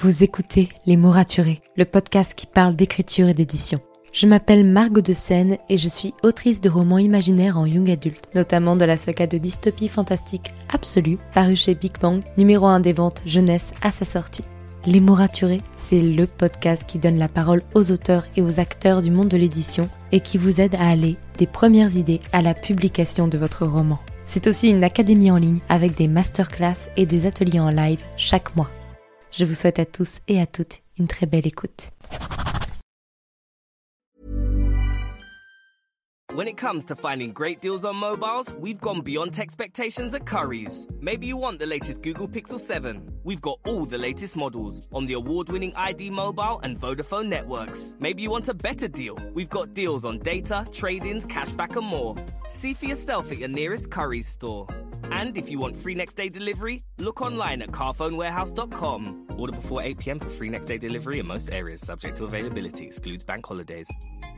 Vous écoutez Les mots raturés, le podcast qui parle d'écriture et d'édition. Je m'appelle Margot de Seine et je suis autrice de romans imaginaires en young adulte, notamment de la saga de dystopie fantastique Absolue, parue chez Big Bang, numéro 1 des ventes jeunesse à sa sortie. Les mots raturés, c'est le podcast qui donne la parole aux auteurs et aux acteurs du monde de l'édition et qui vous aide à aller des premières idées à la publication de votre roman. C'est aussi une académie en ligne avec des masterclass et des ateliers en live chaque mois. Je vous souhaite à tous et à toutes une très belle écoute. When it comes to finding great deals on mobiles, we've gone beyond expectations at Currys. Maybe you want the latest Google Pixel 7. We've got all the latest models on the award-winning ID Mobile and Vodafone networks. Maybe you want a better deal. We've got deals on data, trade-ins, cashback and more. See for yourself at your nearest Currys store. And if you want free next day delivery, look online at carphonewarehouse.com. Order before 8 p.m. for free next day delivery in most areas, subject to availability, excludes bank holidays.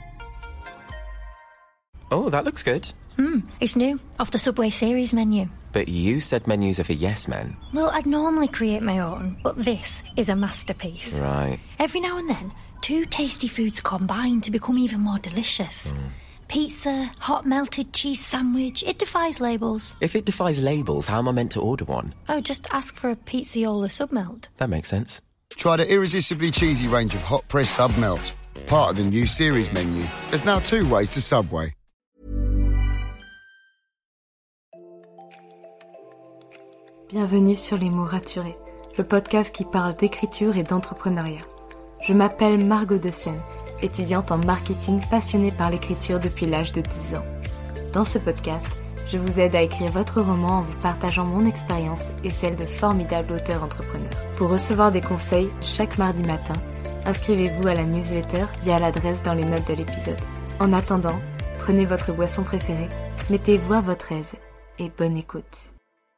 Oh, that looks good. It's new, off the Subway series menu. But you said menus are for yes men. Well, I'd normally create my own, but this is a masterpiece. Right. Every now and then, two tasty foods combine to become even more delicious. Pizza, hot melted cheese sandwich, it defies labels. If it defies labels, how am I meant to order one? Oh, just ask for a Pizzaiola Submelt. That makes sense. Try the irresistibly cheesy range of hot press Submelt, part of the new series menu. There's now 2 ways to Subway. Bienvenue sur Les mots raturés, le podcast qui parle d'écriture et d'entrepreneuriat. Je m'appelle Margot de Seine, étudiante en marketing passionnée par l'écriture depuis l'âge de 10 ans. Dans ce podcast, je vous aide à écrire votre roman en vous partageant mon expérience et celle de formidables auteurs entrepreneurs. Pour recevoir des conseils chaque mardi matin, inscrivez-vous à la newsletter via l'adresse dans les notes de l'épisode. En attendant, prenez votre boisson préférée, mettez-vous à votre aise et bonne écoute.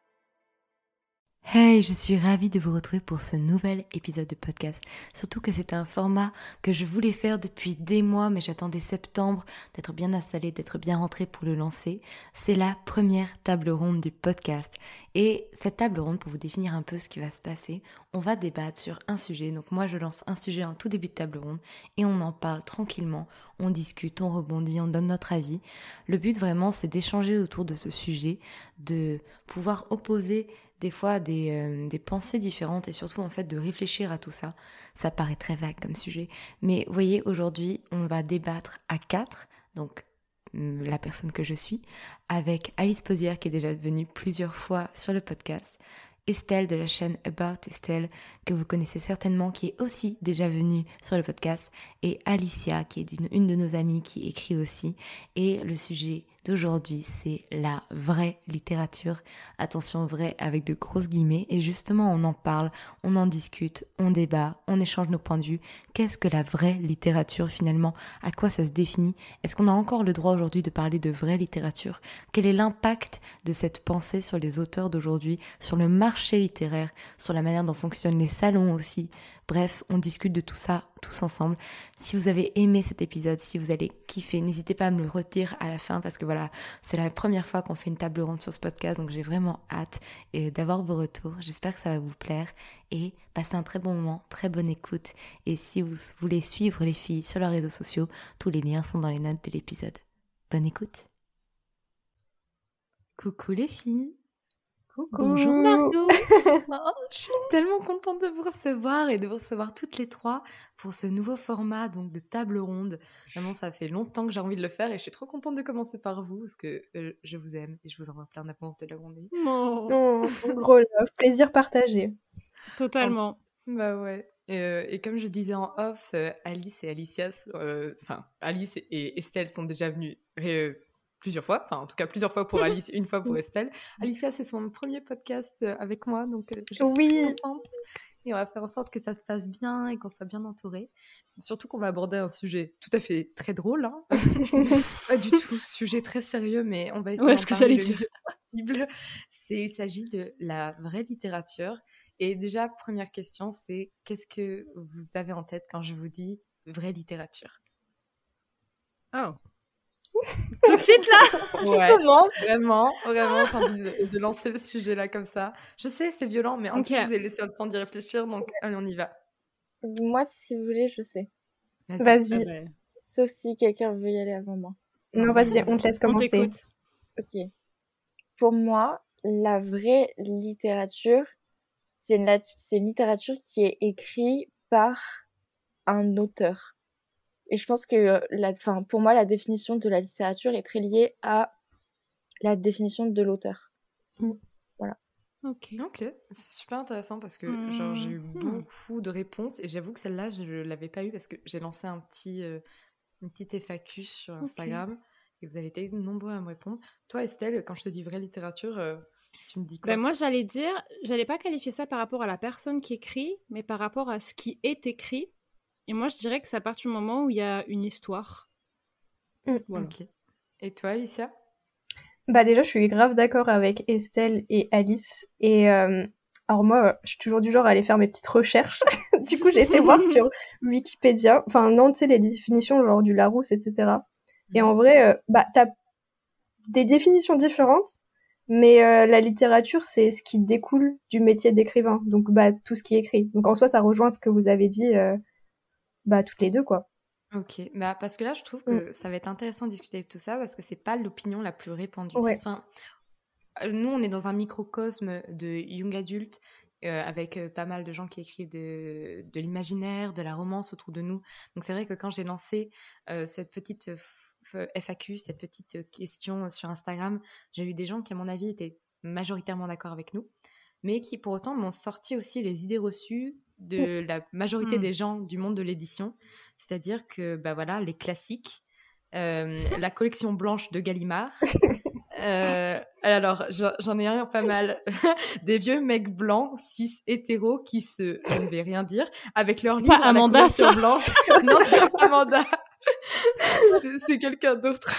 Hey, je suis ravie de vous retrouver pour ce nouvel épisode de podcast. Surtout que c'est un format que je voulais faire depuis des mois, mais j'attendais septembre d'être bien installée, d'être bien rentrée pour le lancer. C'est la première table ronde du podcast. Et cette table ronde, pour vous définir un peu ce qui va se passer, on va débattre sur un sujet. Donc moi, je lance un sujet en tout début de table ronde et on en parle tranquillement. On discute, on rebondit, on donne notre avis. Le but vraiment, c'est d'échanger autour de ce sujet, de pouvoir opposer des fois des pensées différentes et surtout en fait de réfléchir à tout ça. Ça paraît très vague comme sujet, mais vous voyez, aujourd'hui on va débattre à 4, donc la personne que je suis, avec Alice Posière qui est déjà venue plusieurs fois sur le podcast, Estelle de la chaîne About Estelle que vous connaissez certainement, qui est aussi déjà venue sur le podcast, et Alicia qui est une de nos amies qui écrit aussi. Et le sujet d'aujourd'hui, c'est la vraie littérature. Attention, vrai avec de grosses guillemets. Et justement, on en parle, on en discute, on débat, on échange nos points de vue. Qu'est-ce que la vraie littérature finalement? À quoi ça se définit? Est-ce qu'on a encore le droit aujourd'hui de parler de vraie littérature? Quel est l'impact de cette pensée sur les auteurs d'aujourd'hui, sur le marché littéraire, sur la manière dont fonctionnent les salons aussi? Bref, on discute de tout ça tous ensemble. Si vous avez aimé cet épisode, si vous allez kiffer, n'hésitez pas à me le redire à la fin parce que voilà, c'est la première fois qu'on fait une table ronde sur ce podcast, donc j'ai vraiment hâte d'avoir vos retours. J'espère que ça va vous plaire et passez un très bon moment, très bonne écoute. Et si vous voulez suivre les filles sur leurs réseaux sociaux, tous les liens sont dans les notes de l'épisode. Bonne écoute. Coucou les filles. Coucou. Bonjour Margot. Je suis tellement contente de vous recevoir et de vous recevoir toutes les trois pour ce nouveau format donc de table ronde. Vraiment, ça fait longtemps que j'ai envie de le faire et je suis trop contente de commencer par vous parce que je vous aime et je vous envoie plein d'amour de là où on est. Oh, gros love, plaisir partagé. Totalement. Bah ouais. Et comme je disais en off, Alice et Alicia, Alice et Estelle sont déjà venues plusieurs fois, enfin en tout cas plusieurs fois pour Alice, une fois pour Estelle. Alicia, c'est son premier podcast avec moi, donc je suis contente. Et on va faire en sorte que ça se passe bien et qu'on soit bien entourés. Surtout qu'on va aborder un sujet tout à fait très drôle, hein. Pas du tout sujet très sérieux, mais on va essayer d'en parler le mieux possible. Il s'agit de la vraie littérature. Et déjà, première question, c'est qu'est-ce que vous avez en tête quand je vous dis vraie littérature? Oh. Tout de suite là. Ouais, vraiment, j'ai envie de lancer le sujet là comme ça. Je sais, c'est violent, mais en plus, je vous ai laissé le temps d'y réfléchir, donc allez, on y va. Moi, si vous voulez, je sais. Vas-y. Sauf si quelqu'un veut y aller avant moi. Non, vas-y, on te laisse On commencer. t'écoute. Ok. Pour moi, la vraie littérature, c'est une littérature qui est écrite par un auteur. Et je pense que, pour moi, la définition de la littérature est très liée à la définition de l'auteur. Voilà. Ok. Ok, c'est super intéressant parce que genre j'ai eu beaucoup de réponses et j'avoue que celle-là je l'avais pas eu parce que j'ai lancé une petite FAQ sur Instagram et vous avez été nombreux à me répondre. Toi Estelle, quand je te dis vraie littérature, tu me dis quoi? Ben moi j'allais pas qualifier ça par rapport à la personne qui écrit, mais par rapport à ce qui est écrit. Et moi je dirais que c'est à partir du moment où il y a une histoire. Voilà. Ok. Et toi Alicia? Bah déjà, je suis grave d'accord avec Estelle et Alice. Et alors moi, je suis toujours du genre à aller faire mes petites recherches. Du coup, j'ai été voir sur Wikipédia. Enfin non, tu sais, les définitions genre du Larousse, etc. Et en vrai, t'as des définitions différentes, mais la littérature, c'est ce qui découle du métier d'écrivain. Donc tout ce qui est écrit. Donc en soi, ça rejoint ce que vous avez dit toutes les deux, quoi. Ok, parce que là je trouve que ça va être intéressant de discuter de tout ça parce que c'est pas l'opinion la plus répandue. Ouais. Enfin, nous on est dans un microcosme de young adulte avec pas mal de gens qui écrivent de l'imaginaire, de la romance autour de nous. Donc c'est vrai que quand j'ai lancé cette petite FAQ, cette petite question sur Instagram, j'ai eu des gens qui à mon avis étaient majoritairement d'accord avec nous, mais qui pour autant m'ont sorti aussi les idées reçues de la majorité des gens du monde de l'édition, c'est-à-dire que voilà, les classiques, la collection blanche de Gallimard, alors j'en ai un pas mal, des vieux mecs blancs, cis hétéros qui je ne vais rien dire, avec leur livre pas à la Amanda, couverture ça. blanche. Non, c'est pas Amanda. c'est quelqu'un d'autre.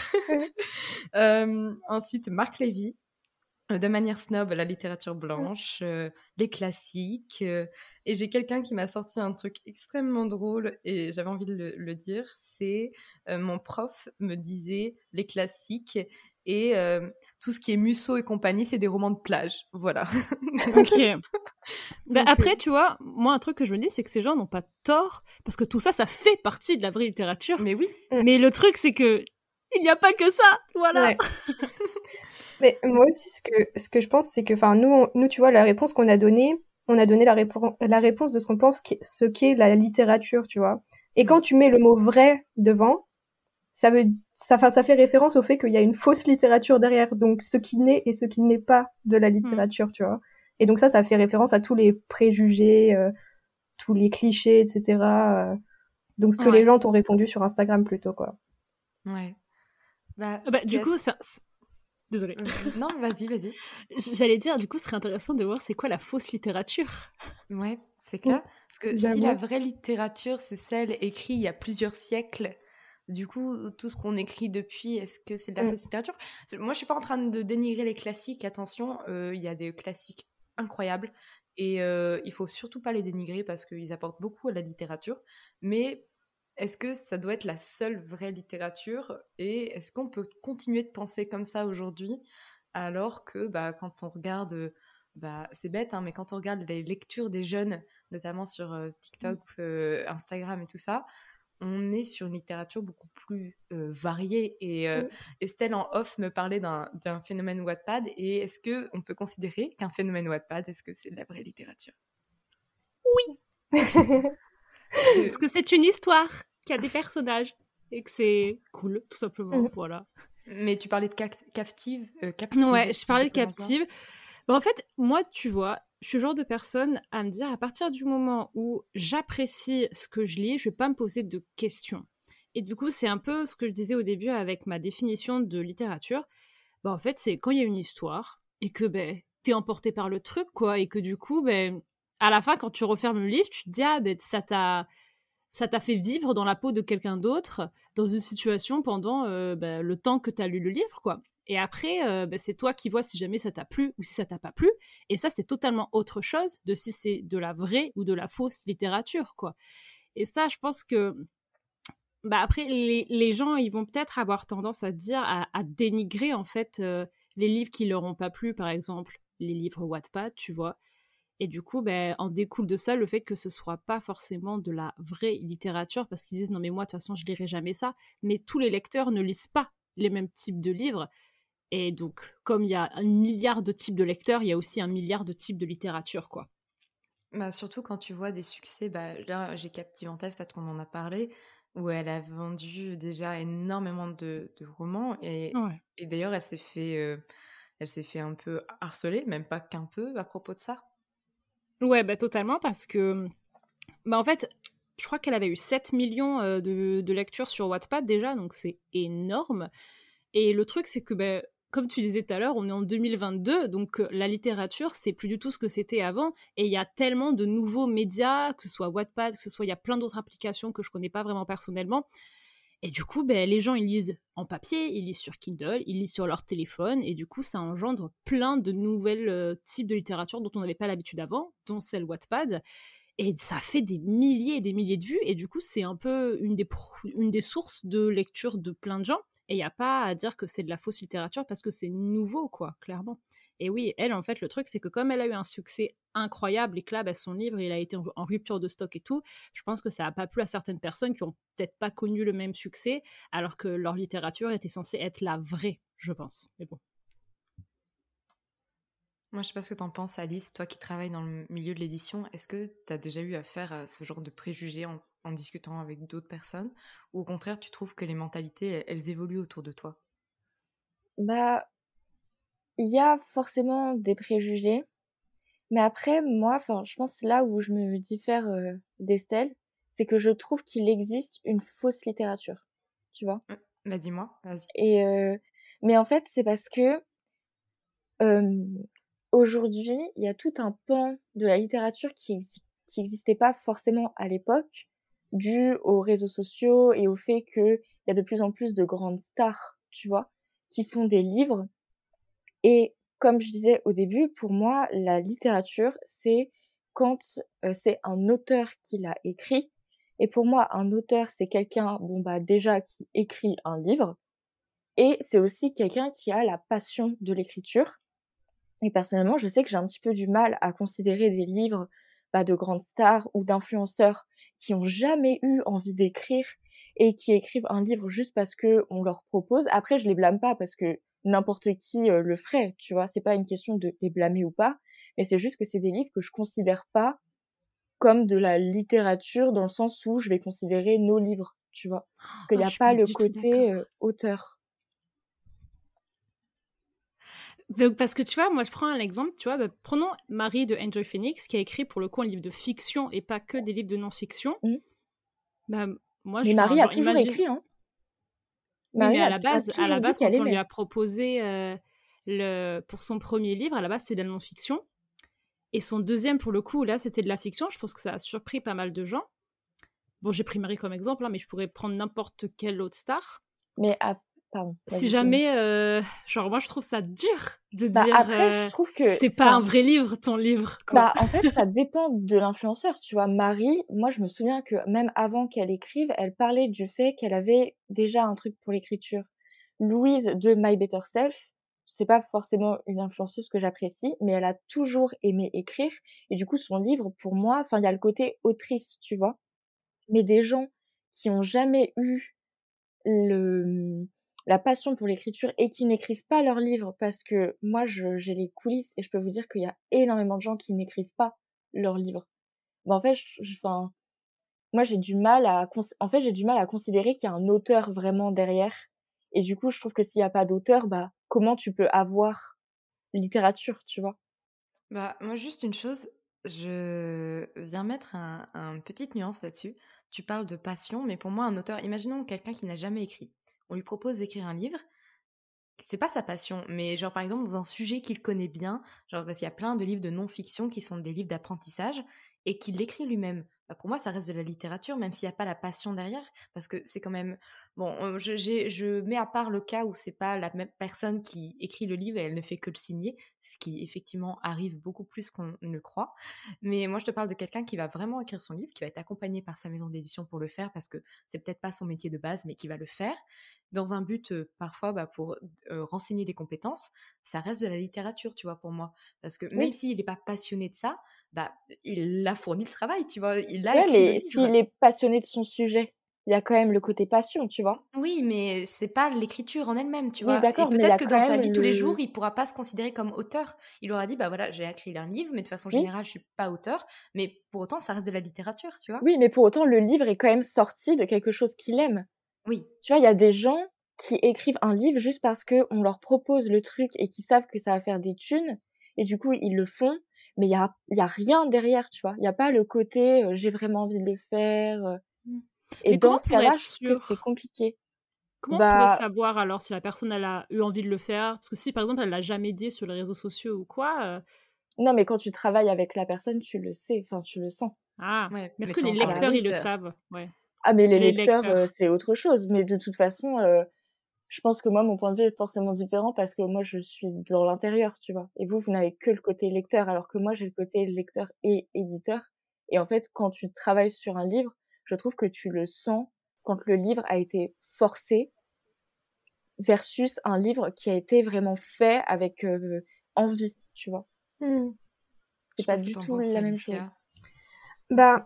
Ensuite, Marc Lévy. De manière snob, la littérature blanche, les classiques. Et j'ai quelqu'un qui m'a sorti un truc extrêmement drôle et j'avais envie de le dire. C'est mon prof me disait les classiques et tout ce qui est Musso et compagnie, c'est des romans de plage. Voilà. Ok. Donc, après, tu vois, moi, un truc que je me dis, c'est que ces gens n'ont pas tort, parce que tout ça, ça fait partie de la vraie littérature. Mais oui. Mais le truc, c'est que il n'y a pas que ça, voilà. Ouais. Mais moi aussi, ce que je pense, c'est que, enfin, nous, tu vois, la réponse qu'on a donnée, on a donné la réponse de ce qu'on pense ce qu'est la littérature, tu vois. Et quand tu mets le mot vrai devant, ça fait référence au fait qu'il y a une fausse littérature derrière. Donc, ce qui n'est et ce qui n'est pas de la littérature, tu vois. Et donc ça fait référence à tous les préjugés, tous les clichés, etc. Donc, ce que les gens t'ont répondu sur Instagram plutôt, quoi. Ouais. Du coup, ça... Désolée. Non, vas-y. J'allais dire, du coup, ce serait intéressant de voir c'est quoi la fausse littérature. Ouais, c'est clair. Parce que si la vraie littérature, c'est celle écrite il y a plusieurs siècles, du coup, tout ce qu'on écrit depuis, est-ce que c'est de la fausse littérature? Moi, je suis pas en train de dénigrer les classiques. Attention, il y a des classiques incroyables et il faut surtout pas les dénigrer parce qu'ils apportent beaucoup à la littérature. Mais est-ce que ça doit être la seule vraie littérature et est-ce qu'on peut continuer de penser comme ça aujourd'hui alors que quand on regarde, c'est bête, hein, mais quand on regarde les lectures des jeunes, notamment sur TikTok, Instagram et tout ça, on est sur une littérature beaucoup plus variée. Et Estelle en off me parlait d'un phénomène Wattpad. Et est-ce qu'on peut considérer qu'un phénomène Wattpad, est-ce que c'est de la vraie littérature? Oui. Parce que c'est une histoire qui a des personnages et que c'est cool, tout simplement. Voilà. Mais tu parlais de captive. Ouais, je parlais de captive. En fait, moi, tu vois, je suis le genre de personne à me dire, à partir du moment où j'apprécie ce que je lis, je vais pas me poser de questions. Et du coup, c'est un peu ce que je disais au début avec ma définition de littérature. En fait, c'est quand il y a une histoire et que t'es emporté par le truc, quoi, et que du coup, à la fin, quand tu refermes le livre, tu te dis, ça t'a fait vivre dans la peau de quelqu'un d'autre, dans une situation pendant le temps que t'as lu le livre, quoi. Et après, c'est toi qui vois si jamais ça t'a plu ou si ça t'a pas plu. Et ça, c'est totalement autre chose de si c'est de la vraie ou de la fausse littérature, quoi. Et ça, je pense que... après, les gens, ils vont peut-être avoir tendance à dire, à dénigrer, en fait, les livres qui leur ont pas plu, par exemple, les livres Wattpad, tu vois. Et du coup, en découle de ça le fait que ce soit pas forcément de la vraie littérature, parce qu'ils disent non mais moi de toute façon je lirai jamais ça, mais tous les lecteurs ne lisent pas les mêmes types de livres. Et donc, comme il y a 1 milliard de types de lecteurs, il y a aussi 1 milliard de types de littérature, quoi. Bah, surtout quand tu vois des succès, là j'ai Captive en tête parce qu'on en a parlé, où elle a vendu déjà énormément de romans Ouais. et d'ailleurs elle s'est fait un peu harceler, même pas qu'un peu à propos de ça. Ouais, totalement, parce que, en fait, je crois qu'elle avait eu 7 millions de lectures sur Wattpad déjà, donc c'est énorme. Et le truc, c'est que, comme tu disais tout à l'heure, on est en 2022, donc la littérature, c'est plus du tout ce que c'était avant. Et il y a tellement de nouveaux médias, que ce soit Wattpad, il y a plein d'autres applications que je connais pas vraiment personnellement. Et du coup, les gens, ils lisent en papier, ils lisent sur Kindle, ils lisent sur leur téléphone, et du coup, ça engendre plein de nouvelles types de littérature dont on n'avait pas l'habitude avant, dont celle Wattpad. Et ça fait des milliers et des milliers de vues, et du coup, c'est un peu une des sources de lecture de plein de gens. Et il n'y a pas à dire que c'est de la fausse littérature parce que c'est nouveau, quoi, clairement. Et oui, elle, en fait, le truc, c'est que comme elle a eu un succès incroyable et que là, son livre, il a été en rupture de stock et tout, je pense que ça n'a pas plu à certaines personnes qui ont peut-être pas connu le même succès, alors que leur littérature était censée être la vraie, je pense. Mais bon. Moi, je sais pas ce que t'en penses, Alice, toi qui travailles dans le milieu de l'édition, est-ce que t'as déjà eu affaire à ce genre de préjugés en discutant avec d'autres personnes, ou au contraire, tu trouves que les mentalités, elles évoluent autour de toi? Bah, il y a forcément des préjugés, mais après, moi, enfin, je pense là où je me diffère d'Estelle, c'est que je trouve qu'il existe une fausse littérature, tu vois. Bah dis-moi, vas-y. Et mais en fait, c'est parce que aujourd'hui, il y a tout un pan de la littérature qui existait pas forcément à l'époque, dû aux réseaux sociaux et au fait qu'il y a de plus en plus de grandes stars, tu vois, qui font des livres. Et comme je disais au début, pour moi, la littérature, c'est quand c'est un auteur qui l'a écrit. Et pour moi, un auteur, c'est quelqu'un, déjà qui écrit un livre. Et c'est aussi quelqu'un qui a la passion de l'écriture. Et personnellement, je sais que j'ai un petit peu du mal à considérer des livres de grandes stars ou d'influenceurs qui ont jamais eu envie d'écrire et qui écrivent un livre juste parce que on leur propose. Après, je les blâme pas parce que n'importe qui le ferait, tu vois. C'est pas une question de les blâmer ou pas, mais c'est juste que c'est des livres que je considère pas comme de la littérature dans le sens où je vais considérer nos livres, tu vois. Parce qu'il n'y Je a suis pas pas le du tout côté d'accord. auteur. Donc, parce que tu vois, moi je prends un exemple, tu vois, prenons Marie de Enjoy Phoenix qui a écrit pour le coup un livre de fiction et pas que des livres de non-fiction. Mmh. Moi, Mais Marie a toujours imagine. écrit, hein. Oui, mais Marie à a la base, toujours dit qu'elle quand on lui aimait. a proposé pour son premier livre, à la base c'est de la non-fiction. Et son deuxième, pour le coup, là c'était de la fiction. Je pense que ça a surpris pas mal de gens. Bon, j'ai pris Marie comme exemple, hein, mais je pourrais prendre n'importe quelle autre star. Mais pardon. Si jamais, moi je trouve ça dur de dire Après, je trouve que c'est pas un vrai livre, ton livre, quoi. en fait, ça dépend de l'influenceur, tu vois. Marie, moi, je me souviens que même avant qu'elle écrive, elle parlait du fait qu'elle avait déjà un truc pour l'écriture. Louise de My Better Self, c'est pas forcément une influenceuse que j'apprécie, mais elle a toujours aimé écrire. Et du coup, son livre, pour moi, enfin, il y a le côté autrice, tu vois. Mais des gens qui ont jamais eu la passion pour l'écriture et qui n'écrivent pas leurs livres, parce que moi j'ai les coulisses et je peux vous dire qu'il y a énormément de gens qui n'écrivent pas leurs livres. En fait, moi j'ai du mal à considérer qu'il y a un auteur vraiment derrière. Et du coup, je trouve que s'il y a pas d'auteur, comment tu peux avoir littérature, tu vois? Moi, juste une chose, je viens mettre un petite nuance là-dessus. Tu parles de passion, mais pour moi, un auteur, imaginons quelqu'un qui n'a jamais écrit. On lui propose d'écrire un livre, c'est pas sa passion, mais genre par exemple dans un sujet qu'il connaît bien, genre parce qu'il y a plein de livres de non-fiction qui sont des livres d'apprentissage et qu'il l'écrit lui-même. bah, pour moi, ça reste de la littérature, même s'il n'y a pas la passion derrière, parce que c'est quand même... Bon, je mets à part le cas où c'est pas la même personne qui écrit le livre et elle ne fait que le signer, ce qui effectivement arrive beaucoup plus qu'on ne croit. Mais moi, je te parle de quelqu'un qui va vraiment écrire son livre, qui va être accompagné par sa maison d'édition pour le faire, parce que c'est peut-être pas son métier de base, mais qui va le faire, dans un but parfois pour renseigner des compétences. Ça reste de la littérature, tu vois, pour moi. Parce que même Oui. s'il n'est pas passionné de ça, bah, il a fourni le travail, tu vois, il a Ouais, écrit le mais livre. s'il est passionné de son sujet, il y a quand même le côté passion, tu vois. Oui, mais c'est pas l'écriture en elle-même, tu Oui, vois. Et d'accord, mais il y peut-être a que quand dans sa même vie tous les le... jours, il pourra pas se considérer comme auteur. Il aura dit, bah voilà, j'ai écrit un livre, mais de façon Oui, générale, je suis pas auteur. Mais pour autant, ça reste de la littérature, tu vois. oui, mais pour autant, le livre est quand même sorti de quelque chose qu'il aime. Oui, Tu vois, il y a des gens qui écrivent un livre juste parce qu'on leur propose le truc et qui savent que ça va faire des thunes, et du coup, ils le font, mais il y a rien derrière, tu vois. Il y a pas le côté j'ai vraiment envie de le faire. Et Mais dans comment ce on pourrait cas-là, être je trouve que c'est sûr? compliqué. Comment on pourrait Bah, savoir alors si la personne elle a eu envie de le faire? Parce que si par exemple elle l'a jamais dit sur les réseaux sociaux ou quoi, non, mais quand tu travailles avec la personne, tu le sais, enfin, tu le sens. ouais, mais est-ce mais que t'es les Ah encore bah lecteurs oui. ils le lecteur. savent? Ouais, Ah, mais les les lecteurs, lecteurs. c'est autre chose. Mais de toute façon, je pense que moi, mon point de vue est forcément différent parce que moi, je suis dans l'intérieur, tu vois? Et vous n'avez que le côté lecteur, alors que moi, j'ai le côté lecteur et éditeur. Et en fait, quand tu travailles sur un livre, je trouve que tu le sens quand le livre a été forcé versus un livre qui a été vraiment fait avec, envie, tu vois? Hmm. Je C'est sais pas pas ce que du t'en tout penses, la même chose. Alicia. Bah,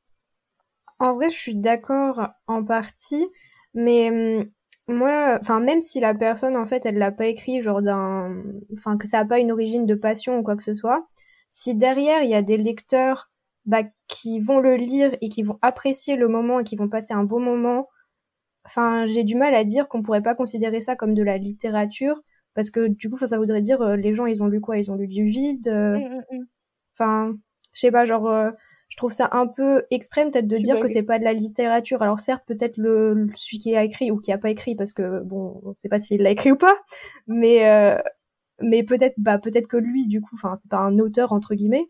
en vrai, je suis d'accord en partie, mais moi, enfin, même si la personne, en fait, elle l'a pas écrit, enfin, que ça a pas une origine de passion ou quoi que ce soit, si derrière il y a des lecteurs, bah, qui vont le lire et qui vont apprécier le moment et qui vont passer un bon moment, enfin, j'ai du mal à dire qu'on pourrait pas considérer ça comme de la littérature, parce que du coup, ça voudrait dire, les gens, ils ont lu quoi? Ils ont lu du vide. Mmh. Enfin, je sais pas, je trouve ça un peu extrême peut-être de Tu dire que bugs. c'est pas de la littérature. Alors certes, peut-être celui qui a écrit ou qui a pas écrit, parce que bon, on sait pas s'il l'a écrit ou pas, mais peut-être que lui, du coup, enfin, c'est pas un auteur entre guillemets,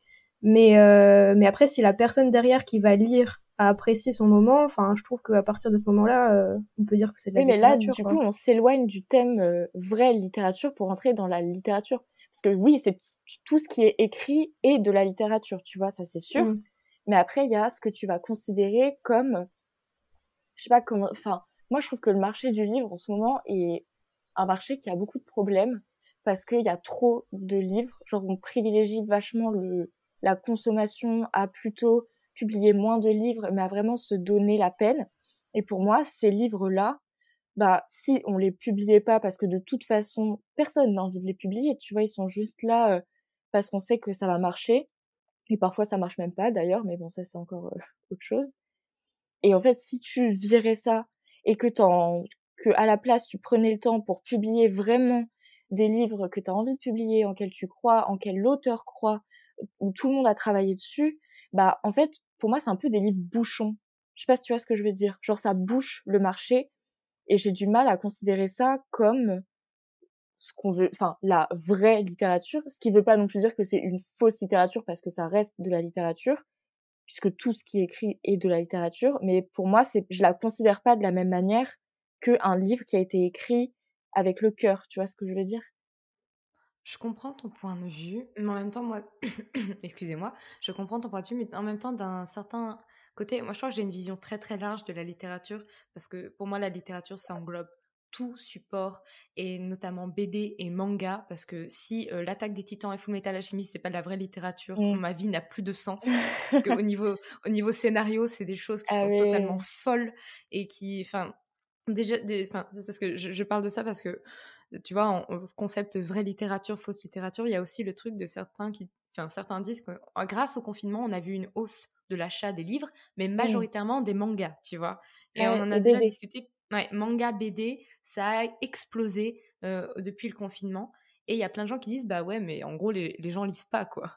mais après, si la personne derrière qui va lire a apprécié son moment, enfin, je trouve qu'à partir de ce moment-là, on peut dire que c'est de la Oui, mais là, littérature, du coup, quoi. on s'éloigne du thème vraie littérature pour entrer dans la littérature. Parce que oui, c'est tout ce qui est écrit est de la littérature, tu vois, ça c'est sûr. Mm. Mais après, il y a ce que tu vas considérer comme, je sais pas comment, enfin, moi je trouve que le marché du livre en ce moment est un marché qui a beaucoup de problèmes parce qu'il y a trop de livres. Genre, on privilégie vachement la consommation à plutôt publier moins de livres, mais à vraiment se donner la peine. Et pour moi, ces livres-là, bah, si on les publiait pas parce que de toute façon, personne n'a envie de les publier, tu vois, ils sont juste là, parce qu'on sait que ça va marcher et parfois ça marche même pas d'ailleurs, mais bon ça c'est encore, autre chose. Et en fait, si tu virais ça et que à la place tu prenais le temps pour publier vraiment des livres que tu as envie de publier, en quels tu crois, en quel l'auteur croit, où tout le monde a travaillé dessus, bah, en fait, pour moi, c'est un peu des livres bouchons. Je sais pas si tu vois ce que je veux dire? Genre ça bouche le marché et j'ai du mal à considérer ça comme ce qu'on veut, enfin, la vraie littérature, ce qui veut pas non plus dire que c'est une fausse littérature parce que ça reste de la littérature, puisque tout ce qui est écrit est de la littérature, mais pour moi, je la considère pas de la même manière qu'un livre qui a été écrit avec le cœur, tu vois ce que je veux dire? Je comprends ton point de vue, mais en même temps, moi, excusez-moi, je comprends ton point de vue, mais en même temps, d'un certain côté, moi, je crois que j'ai une vision très très large de la littérature, parce que pour moi, la littérature, ça englobe tout support, et notamment BD et manga, parce que si l'Attaque des Titans et Fullmetal Alchemist, c'est pas de la vraie littérature, Mmh. ma vie n'a plus de sens, parce qu'au au niveau scénario, c'est des choses qui Ah sont totalement oui. folles, et qui, enfin, déjà, enfin, parce que je parle de ça parce que tu vois, en concept vraie littérature, fausse littérature, il y a aussi le truc de certains disent que grâce au confinement, on a vu une hausse de l'achat des livres, mais Mmh. majoritairement des mangas, tu vois. Et Ah on ouais, en a et déjà BD. discuté. Ouais, manga, BD, ça a explosé depuis le confinement. Et il y a plein de gens qui disent, bah ouais, mais en gros, les gens lisent pas, quoi.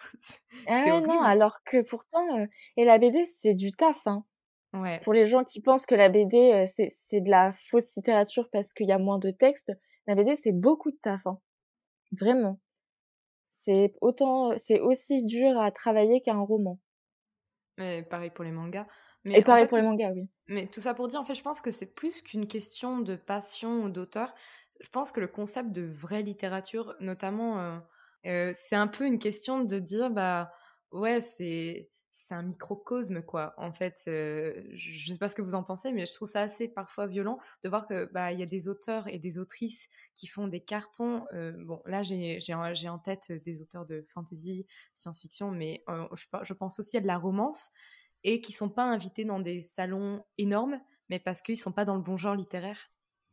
Ah C'est ouais, non, horrible. alors que pourtant, et la BD, c'est du taf, hein. Ouais. Pour les gens qui pensent que la BD, c'est de la fausse littérature parce qu'il y a moins de texte, la BD, c'est beaucoup de taf, hein. Vraiment. C'est aussi dur à travailler qu'un roman. Mais pareil pour les mangas. Et Mais en pareil fait, pour les mangas, oui. mais tout ça pour dire, en fait, je pense que c'est plus qu'une question de passion ou d'auteur. Je pense que le concept de vraie littérature, notamment, c'est un peu une question de dire, bah, ouais, c'est un microcosme, quoi. En fait, je sais pas ce que vous en pensez, mais je trouve ça assez parfois violent de voir que, bah, il y a des auteurs et des autrices qui font des cartons. Bon, là, j'ai en tête des auteurs de fantasy, science-fiction, mais je pense aussi à de la romance et qui sont pas invités dans des salons énormes, mais parce qu'ils sont pas dans le bon genre littéraire.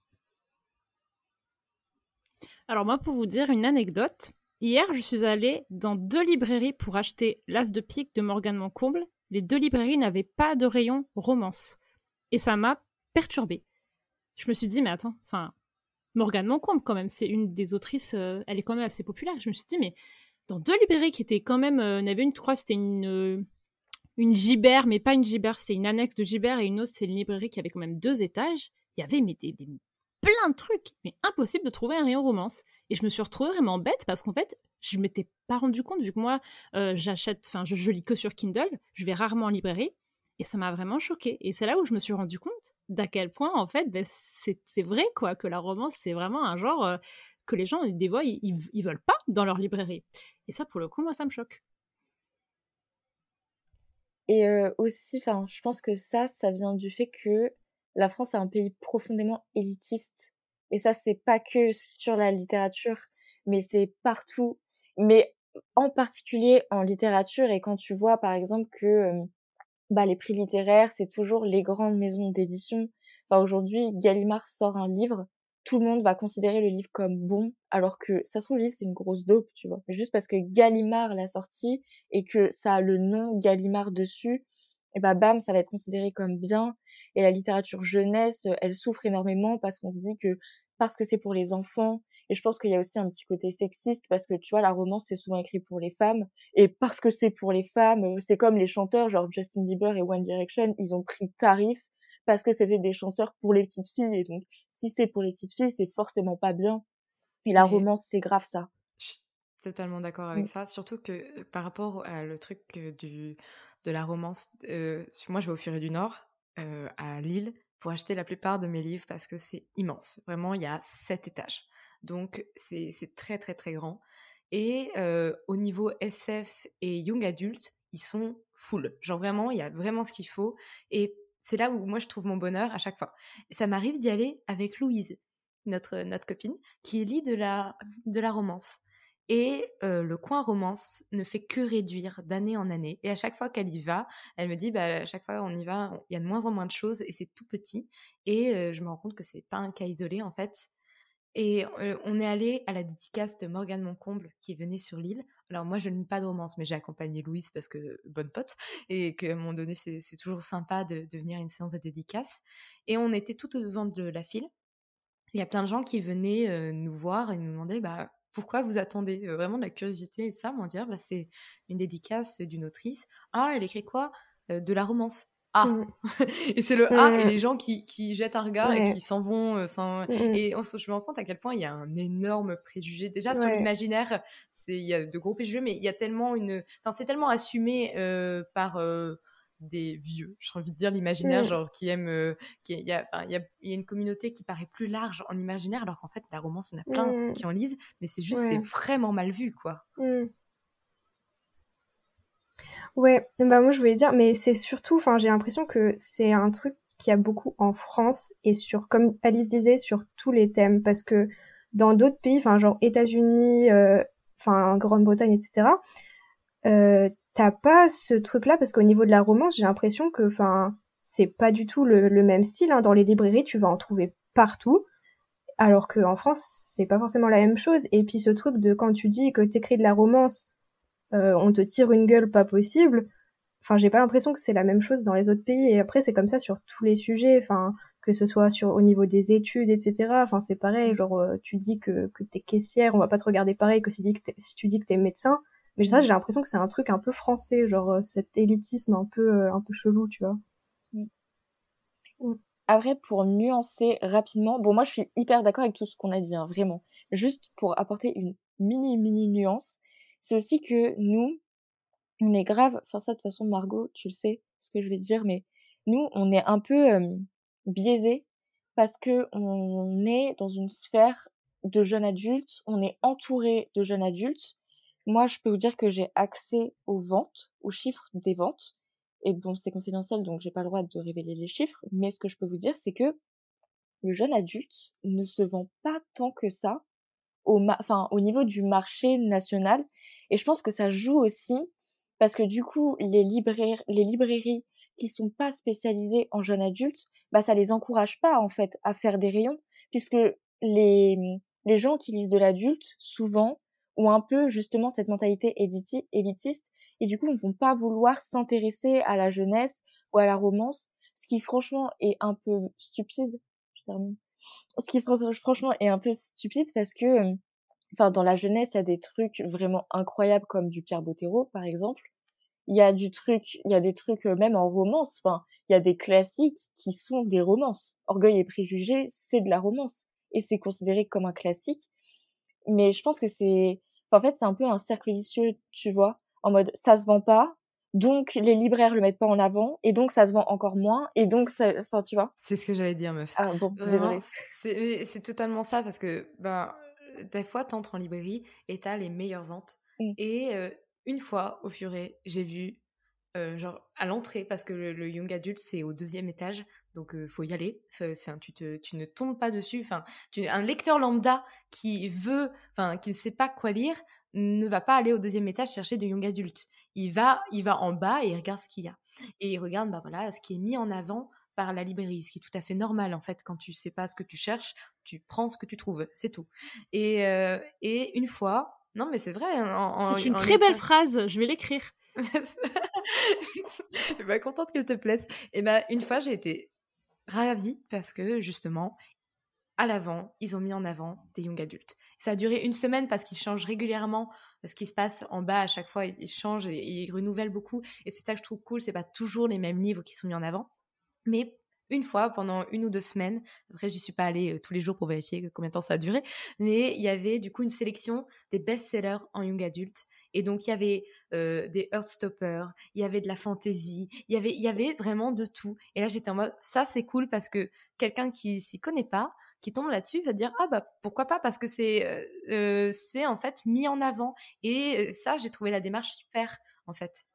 Alors moi, pour vous dire une anecdote, hier, je suis allée dans 2 librairies pour acheter L'As de pique de Morgane Moncomble. Les 2 librairies n'avaient pas de rayon romance. Et ça m'a perturbée. Je me suis dit, mais attends, enfin, Morgane Moncomble, quand même, c'est une des autrices, elle est quand même assez populaire. Je me suis dit, mais dans 2 librairies qui étaient quand même, il y en avait une, je crois, c'était une Gibert, mais pas une Gibert, c'est une annexe de Gibert, et une autre, c'est une librairie qui avait quand même 2 étages. Il y avait mais plein de trucs, mais impossible de trouver un rayon romance. Et je me suis retrouvée vraiment bête parce qu'en fait, je m'étais pas rendu compte, vu que moi, je lis que sur Kindle, je vais rarement en librairie, et ça m'a vraiment choquée. Et c'est là où je me suis rendu compte d'à quel point, en fait, c'est vrai, quoi, que la romance, c'est vraiment un genre que les gens, des fois, ils veulent pas dans leur librairie. Et ça, pour le coup, moi, ça me choque. Et aussi, enfin, je pense que ça vient du fait que la France est un pays profondément élitiste. Et ça, c'est pas que sur la littérature, mais c'est partout. Mais en particulier en littérature, et quand tu vois, par exemple, que les prix littéraires, c'est toujours les grandes maisons d'édition. Enfin, aujourd'hui, Gallimard sort un livre, tout le monde va considérer le livre comme bon, alors que ça se trouve, le livre, c'est une grosse dope, tu vois. Juste parce que Gallimard l'a sorti et que ça a le nom Gallimard dessus, et bah bam, ça va être considéré comme bien. Et la littérature jeunesse, elle souffre énormément parce qu'on se dit que parce que c'est pour les enfants, et je pense qu'il y a aussi un petit côté sexiste parce que tu vois, la romance, c'est souvent écrit pour les femmes, et parce que c'est pour les femmes, c'est comme les chanteurs, genre Justin Bieber et One Direction, ils ont pris tarif parce que c'était des chanteurs pour les petites filles. Et donc, si c'est pour les petites filles, c'est forcément pas bien. Et la Mais romance, c'est grave ça. je suis totalement d'accord Mm. avec ça, surtout que par rapport à le truc de la romance, moi je vais au Furet du Nord, à Lille, pour acheter la plupart de mes livres parce que c'est immense. Vraiment, il y a 7 étages. Donc c'est très très très grand. Et au niveau SF et Young Adult, ils sont full. Genre vraiment, il y a vraiment ce qu'il faut. Et c'est là où moi je trouve mon bonheur à chaque fois. Et ça m'arrive d'y aller avec Louise, notre copine, qui lit de la romance. Et le coin romance ne fait que réduire d'année en année. Et à chaque fois qu'elle y va, elle me dit, bah, à chaque fois on y va, il y a de moins en moins de choses et c'est tout petit. Et je me rends compte que c'est pas un cas isolé en fait. Et on est allé à la dédicace de Morgane Moncomble qui venait sur l'île. Alors moi, je ne lis pas de romance, mais j'ai accompagné Louise parce que bonne pote et qu'à un moment donné, c'est toujours sympa de venir à une séance de dédicace. Et on était tout au devant de la file. Il y a plein de gens qui venaient nous voir et nous demandaient bah, pourquoi vous attendez vraiment de la curiosité et tout ça. On dire bah, c'est une dédicace d'une autrice. Ah, elle écrit quoi de la romance. Ah Mm. Et c'est le A et les gens qui jettent un regard et Ouais. qui s'en vont sans... Et je me rends compte à quel point il y a un énorme préjugé. Déjà sur Ouais. l'imaginaire, il y a de gros préjugés, mais il y a tellement c'est tellement assumé par des vieux, j'ai envie de dire l'imaginaire, genre qui aiment... il y a une communauté qui paraît plus large en imaginaire, alors qu'en fait la romance, il y en a plein qui en lisent, mais c'est juste, c'est vraiment mal vu, quoi. Ouais, bah moi je voulais dire, mais c'est surtout, enfin j'ai l'impression que c'est un truc qu'il y a beaucoup en France et sur, comme Alice disait, sur tous les thèmes, parce que dans d'autres pays, enfin genre États-Unis, enfin Grande-Bretagne, etc., t'as pas ce truc-là, parce qu'au niveau de la romance, j'ai l'impression que, enfin, c'est pas du tout le même style, hein. Dans les librairies, tu vas en trouver partout, alors qu'en France, c'est pas forcément la même chose. Et puis ce truc de quand tu dis que t'écris de la romance, on te tire une gueule pas possible. Enfin, j'ai pas l'impression que c'est la même chose dans les autres pays. Et après, c'est comme ça sur tous les sujets. Enfin, que ce soit au niveau des études, etc. Enfin, c'est pareil. Genre, tu dis que t'es caissière, on va pas te regarder pareil que si tu dis que t'es médecin. Mais ça, j'ai l'impression que c'est un truc un peu français, genre cet élitisme un peu chelou, tu vois. Après, pour nuancer rapidement, bon, moi je suis hyper d'accord avec tout ce qu'on a dit, hein, vraiment. Juste pour apporter une mini nuance, c'est aussi que nous, on est grave, enfin ça de toute façon Margot, tu le sais ce que je vais te dire, mais nous on est un peu biaisés parce que on est dans une sphère de jeunes adultes, on est entouré de jeunes adultes. Moi je peux vous dire que j'ai accès aux ventes, aux chiffres des ventes, et bon c'est confidentiel donc j'ai pas le droit de révéler les chiffres, mais ce que je peux vous dire c'est que le jeune adulte ne se vend pas tant que ça au niveau du marché national, et je pense que ça joue aussi parce que du coup les librairies qui sont pas spécialisées en jeunes adultes, bah ça les encourage pas en fait à faire des rayons, puisque les les gens qui lisent de l'adulte souvent ont un peu justement cette mentalité élitiste, et du coup ne vont pas vouloir s'intéresser à la jeunesse ou à la romance, ce qui franchement est un peu stupide. Je termine. Ce qui franchement est un peu stupide parce que dans la jeunesse, il y a des trucs vraiment incroyables comme du Pierre Bottero, par exemple. Il y a des trucs même en romance. Enfin, il y a des classiques qui sont des romances. Orgueil et préjugés, c'est de la romance et c'est considéré comme un classique. Mais je pense que en fait, c'est un peu un cercle vicieux, tu vois, en mode ça se vend pas, donc les libraires le mettent pas en avant, et donc ça se vend encore moins, et donc ça, enfin, tu vois. C'est ce que j'allais dire, meuf. Ah bon, Vraiment, désolée. c'est totalement ça parce que des fois, t'entres en librairie et t'as les meilleures ventes. Et une fois, au Furet, j'ai vu, genre à l'entrée, parce que le young adult, c'est au 2e étage, donc faut y aller. Tu ne tombes pas dessus. Un lecteur lambda qui ne sait pas quoi lire, ne va pas aller au 2e étage chercher de young adult. Il va en bas et il regarde ce qu'il y a. Et il regarde ce qui est mis en avant par la librairie, ce qui est tout à fait normal en fait. Quand tu sais pas ce que tu cherches, tu prends ce que tu trouves, c'est tout. Et une fois, non mais c'est vrai, c'est une très belle phrase, je vais l'écrire. Contente qu'elle te plaise. Et une fois j'ai été ravie parce que justement à l'avant, ils ont mis en avant des young adultes. Ça a duré une semaine parce qu'ils changent régulièrement ce qui se passe en bas. À chaque fois, ils changent et ils renouvellent beaucoup. Et c'est ça que je trouve cool, c'est pas toujours les mêmes livres qui sont mis en avant. Mais une fois, pendant 1 ou 2 semaines, après j'y suis pas allée tous les jours pour vérifier combien de temps ça a duré, mais il y avait du coup une sélection des best-sellers en young adulte. Et donc il y avait des Heartstoppers, il y avait de la fantasy, il y avait vraiment de tout. Et là j'étais en mode, ça c'est cool parce que quelqu'un qui s'y connaît pas, qui tombe là-dessus, va dire ah bah pourquoi pas, parce que c'est en fait mis en avant. Et ça, j'ai trouvé la démarche super en fait.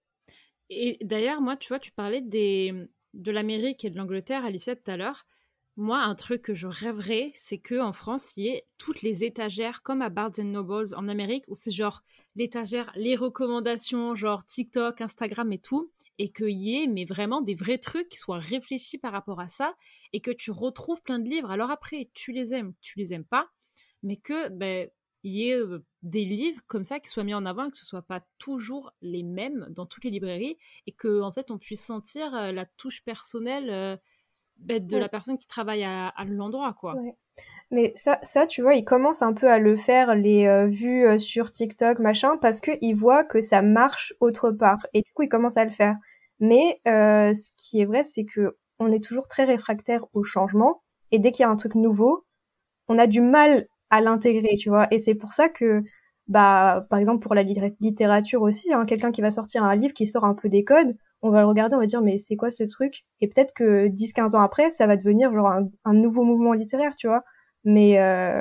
Et d'ailleurs, moi, tu vois, tu parlais de l'Amérique et de l'Angleterre, Alicia, tout à l'heure. Moi, un truc que je rêverais, c'est qu'en France, il y ait toutes les étagères, comme à Barnes & Noble en Amérique, où c'est genre l'étagère, les recommandations, genre TikTok, Instagram et tout, et qu'il y ait mais vraiment des vrais trucs qui soient réfléchis par rapport à ça, et que tu retrouves plein de livres. Alors après, tu les aimes pas, mais que il y ait des livres comme ça qui soient mis en avant, et que ce soit pas toujours les mêmes dans toutes les librairies, et que en fait on puisse sentir la touche personnelle de la personne qui travaille à l'endroit, quoi. Ouais. Mais ça, tu vois, ils commencent un peu à le faire, les vues sur TikTok, machin, parce qu'ils voient que ça marche autre part. Et du coup, ils commencent à le faire. Mais ce qui est vrai, c'est que on est toujours très réfractaire au changement. Et dès qu'il y a un truc nouveau, on a du mal à l'intégrer, tu vois. Et c'est pour ça que, par exemple, pour la littérature aussi, hein, quelqu'un qui va sortir un livre qui sort un peu des codes, on va le regarder, on va dire, mais c'est quoi ce truc? Et peut-être que 10-15 ans après, ça va devenir genre un nouveau mouvement littéraire, tu vois. Mais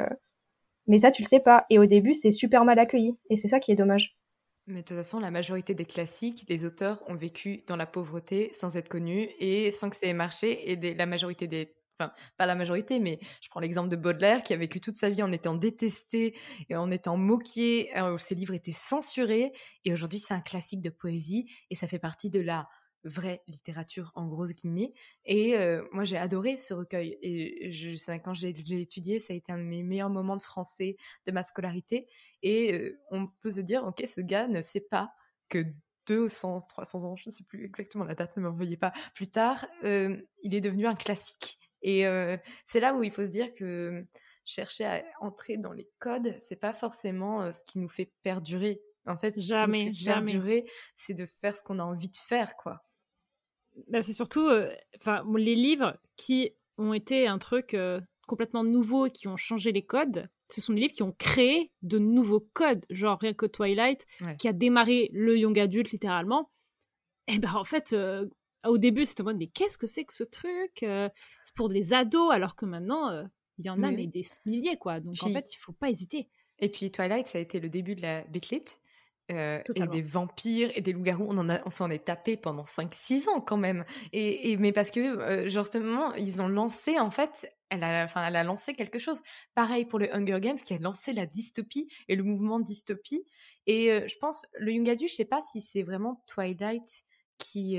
ça, tu le sais pas. Et au début, c'est super mal accueilli. Et c'est ça qui est dommage. Mais de toute façon, la majorité des classiques, les auteurs ont vécu dans la pauvreté sans être connus et sans que ça ait marché. Et la majorité des... Enfin, pas la majorité, mais je prends l'exemple de Baudelaire qui a vécu toute sa vie en étant détesté et en étant moqué. Ses livres étaient censurés. Et aujourd'hui, c'est un classique de poésie et ça fait partie de la vraie littérature en grosses guillemets. Et moi j'ai adoré ce recueil et quand j'ai étudié, ça a été un de mes meilleurs moments de français de ma scolarité. Et on peut se dire ok, ce gars ne sait pas que 200, 300 ans, je ne sais plus exactement la date, ne m'en veuillez pas, plus tard il est devenu un classique. Et c'est là où il faut se dire que chercher à entrer dans les codes, c'est pas forcément ce qui nous fait perdurer. En fait, ce qui nous fait perdurer, c'est de faire ce qu'on a envie de faire, quoi. C'est surtout les livres qui ont été un truc complètement nouveau et qui ont changé les codes. ce sont des livres qui ont créé de nouveaux codes, genre rien que Twilight, qui a démarré le young adulte littéralement. Et ben en fait, au début c'était en mode mais qu'est-ce que c'est que ce truc c'est pour des ados, alors que maintenant il y en a mais des milliers quoi. Donc en fait il faut pas hésiter. Et puis Twilight, ça a été le début de la Bitlit. Et des vampires et des loups-garous, on s'en est tapé pendant 5-6 ans quand même. Mais parce que, justement, ils ont lancé, en fait, elle a lancé quelque chose. Pareil pour le Hunger Games, qui a lancé la dystopie et le mouvement dystopie. Et je pense, le Young Adult, je sais pas si c'est vraiment Twilight qui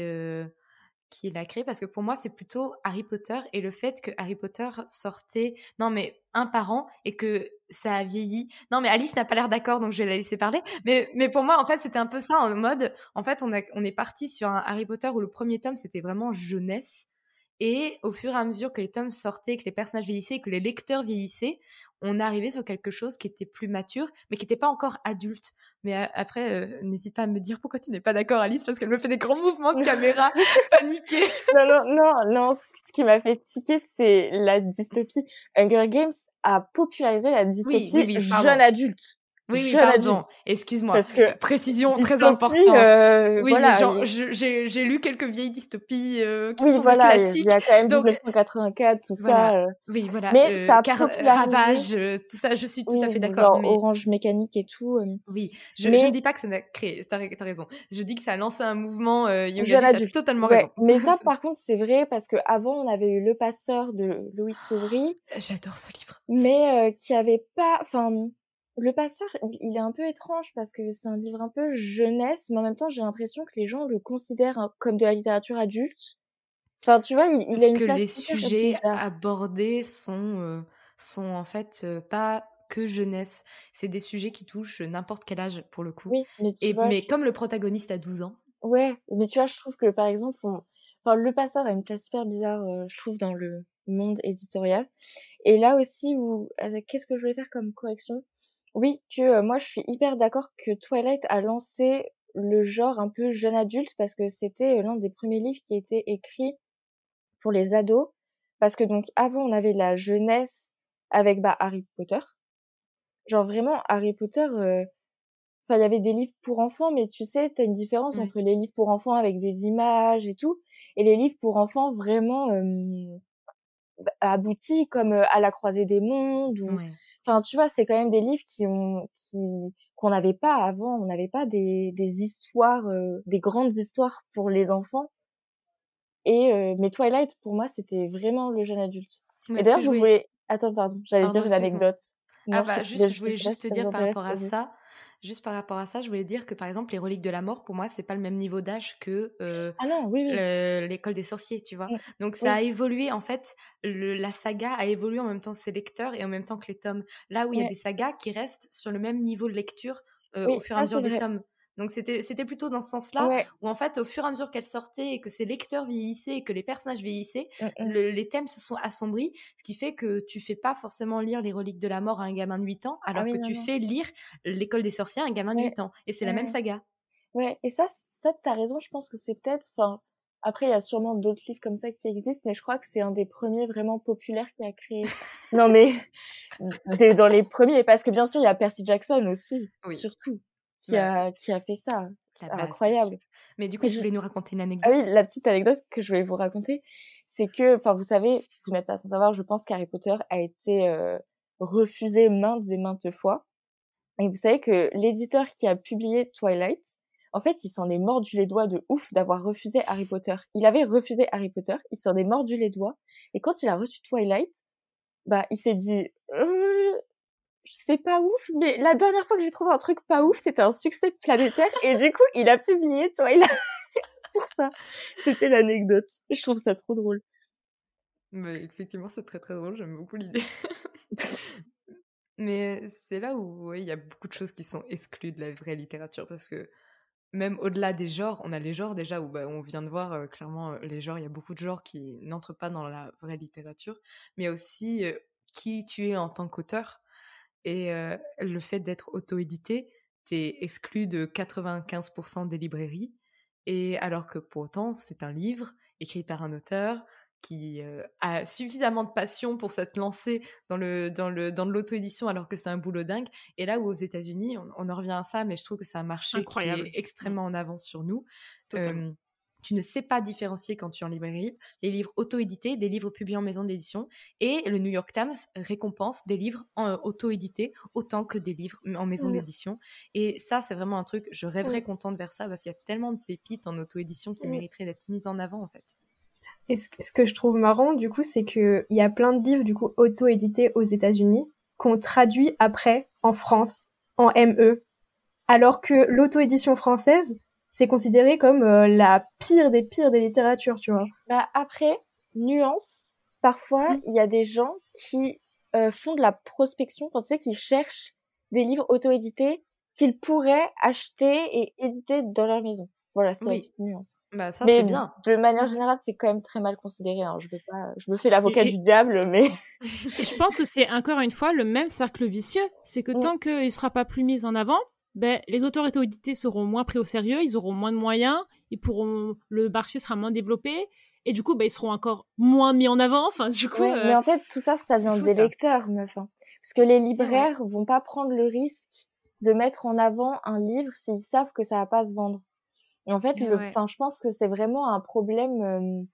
l'a créé, parce que pour moi, c'est plutôt Harry Potter et le fait que Harry Potter sortait, non mais un par an, et que ça a vieilli. Non mais Alice n'a pas l'air d'accord, donc je vais la laisser parler. Mais pour moi, en fait, c'était un peu ça, en mode, en fait, on est parti sur un Harry Potter où le premier tome, c'était vraiment jeunesse. Et au fur et à mesure que les tomes sortaient, que les personnages vieillissaient, que les lecteurs vieillissaient, on arrivait sur quelque chose qui était plus mature, mais qui n'était pas encore adulte. Mais après, n'hésite pas à me dire pourquoi tu n'es pas d'accord, Alice, parce qu'elle me fait des grands mouvements de caméra paniqués. Non, ce qui m'a fait tiquer, c'est la dystopie. Hunger Games a popularisé la dystopie jeune adulte. Oui, pardon, excuse-moi. Parce que précision très importante. Oui, voilà, mais j'ai lu quelques vieilles dystopies qui sont des classiques. Il y a quand même 1984, tout ça. Oui, voilà. Mais ça a Ravage, tout ça, je suis tout à fait d'accord. Genre Orange Mécanique et tout. Oui, je ne dis pas que ça n'a créé, t'as raison. Je dis que ça a lancé un mouvement young adulte, t'as totalement raison. Mais ça, par contre, c'est vrai, parce qu'avant, on avait eu Le Passeur de Louise Febvre. J'adore ce livre. Mais qui avait pas... Enfin, Le Passeur, il est un peu étrange parce que c'est un livre un peu jeunesse, mais en même temps, j'ai l'impression que les gens le considèrent comme de la littérature adulte. Enfin, tu vois, il a une place. Parce que les sujets abordés sont en fait pas que jeunesse. C'est des sujets qui touchent n'importe quel âge, pour le coup. Oui, mais comme le protagoniste a 12 ans. Ouais, mais tu vois, je trouve que, par exemple, Le Passeur a une place super bizarre, je trouve, dans le monde éditorial. Et là aussi, qu'est-ce que je voulais faire comme correction ? Oui, moi je suis hyper d'accord que Twilight a lancé le genre un peu jeune adulte, parce que c'était l'un des premiers livres qui était écrit pour les ados, parce que donc avant on avait de la jeunesse avec Harry Potter. Genre vraiment Harry Potter, il y avait des livres pour enfants, mais tu sais, t'as une différence entre les livres pour enfants avec des images et tout, et les livres pour enfants vraiment aboutis, comme À la croisée des mondes, ou enfin tu vois, c'est quand même des livres qu'on n'avait pas avant. On n'avait pas des histoires, des grandes histoires pour les enfants. Mais Twilight, pour moi, c'était vraiment le jeune adulte. Et d'ailleurs, attends, pardon, j'allais dire une anecdote. Je voulais juste te dire par rapport à ça. Juste par rapport à ça, je voulais dire que, par exemple, les Reliques de la Mort, pour moi, c'est pas le même niveau d'âge que l'École des Sorciers, tu vois. Donc, ça a évolué, en fait, la saga a évolué en même temps que ses lecteurs et en même temps que les tomes. Là où il y a des sagas qui restent sur le même niveau de lecture au fur et à mesure des tomes. Donc, c'était plutôt dans ce sens-là, où en fait, au fur et à mesure qu'elle sortait et que ses lecteurs vieillissaient et que les personnages vieillissaient, les thèmes se sont assombris, ce qui fait que tu fais pas forcément lire les Reliques de la Mort à un gamin de 8 ans, alors que tu fais lire l'École des Sorciers à un gamin de 8 ans. Et c'est la même saga. Ouais, et ça t'as raison, je pense que c'est peut-être... Après, il y a sûrement d'autres livres comme ça qui existent, mais je crois que c'est un des premiers vraiment populaires qui a créé... Non, mais dans les premiers, parce que bien sûr, il y a Percy Jackson aussi, surtout. Qui a fait ça. Incroyable. Mais du coup, tu voulais nous raconter une anecdote. Ah oui, la petite anecdote que je voulais vous raconter, c'est que, vous savez, vous n'êtes pas sans savoir, je pense qu'Harry Potter a été refusé maintes et maintes fois. Et vous savez que l'éditeur qui a publié Twilight, en fait, il s'en est mordu les doigts de ouf d'avoir refusé Harry Potter. Il avait refusé Harry Potter, il s'en est mordu les doigts. Et quand il a reçu Twilight, il s'est dit... c'est pas ouf, mais la dernière fois que j'ai trouvé un truc pas ouf, c'était un succès planétaire, et du coup, il a publié Twilight pour ça. C'était l'anecdote. Je trouve ça trop drôle. Mais effectivement, c'est très très drôle, j'aime beaucoup l'idée. Mais c'est là où il y a beaucoup de choses qui sont exclues de la vraie littérature, parce que même au-delà des genres, on a les genres déjà où on vient de voir clairement les genres, il y a beaucoup de genres qui n'entrent pas dans la vraie littérature, mais il y a aussi qui tu es en tant qu'auteur. Et le fait d'être auto-édité, t'es exclu de 95% des librairies. Et alors que pour autant, c'est un livre écrit par un auteur qui a suffisamment de passion pour s'être lancé dans de l'auto-édition alors que c'est un boulot dingue. Et là où aux États-Unis, on en revient à ça, mais je trouve que c'est un marché Incroyable. qui est extrêmement en avance sur nous. Totalement. Tu ne sais pas différencier quand tu es en librairie les livres auto-édités des livres publiés en maison d'édition. Et le New York Times récompense des livres auto-édités autant que des livres en maison d'édition. Et ça, c'est vraiment un truc, je rêverais qu'on tende vers ça parce qu'il y a tellement de pépites en auto-édition qui mériteraient d'être mises en avant en fait. Et ce que je trouve marrant, du coup, c'est qu'il y a plein de livres, du coup, auto-édités aux États-Unis qu'on traduit après en France, en ME. Alors que l'auto-édition française, c'est considéré comme la pire des littératures, tu vois. Bah après, nuance, parfois, il y a des gens qui font de la prospection, tu sais, qui cherchent des livres auto-édités qu'ils pourraient acheter et éditer dans leur maison. Voilà, c'était la petite nuance. Bah ça, mais c'est bien. De manière générale, c'est quand même très mal considéré. Hein. Je me fais l'avocat du diable, mais... Et je pense que c'est encore une fois le même cercle vicieux. C'est que tant qu'il ne sera pas plus mis en avant, les auteurs auto-édités seront moins pris au sérieux, ils auront moins de moyens, le marché sera moins développé, et du coup, ils seront encore moins mis en avant. Enfin, du coup, mais en fait, tout ça vient des lecteurs, meuf. Hein. Parce que les libraires vont pas prendre le risque de mettre en avant un livre s'ils savent que ça va pas se vendre. Et en fait, je pense que c'est vraiment un problème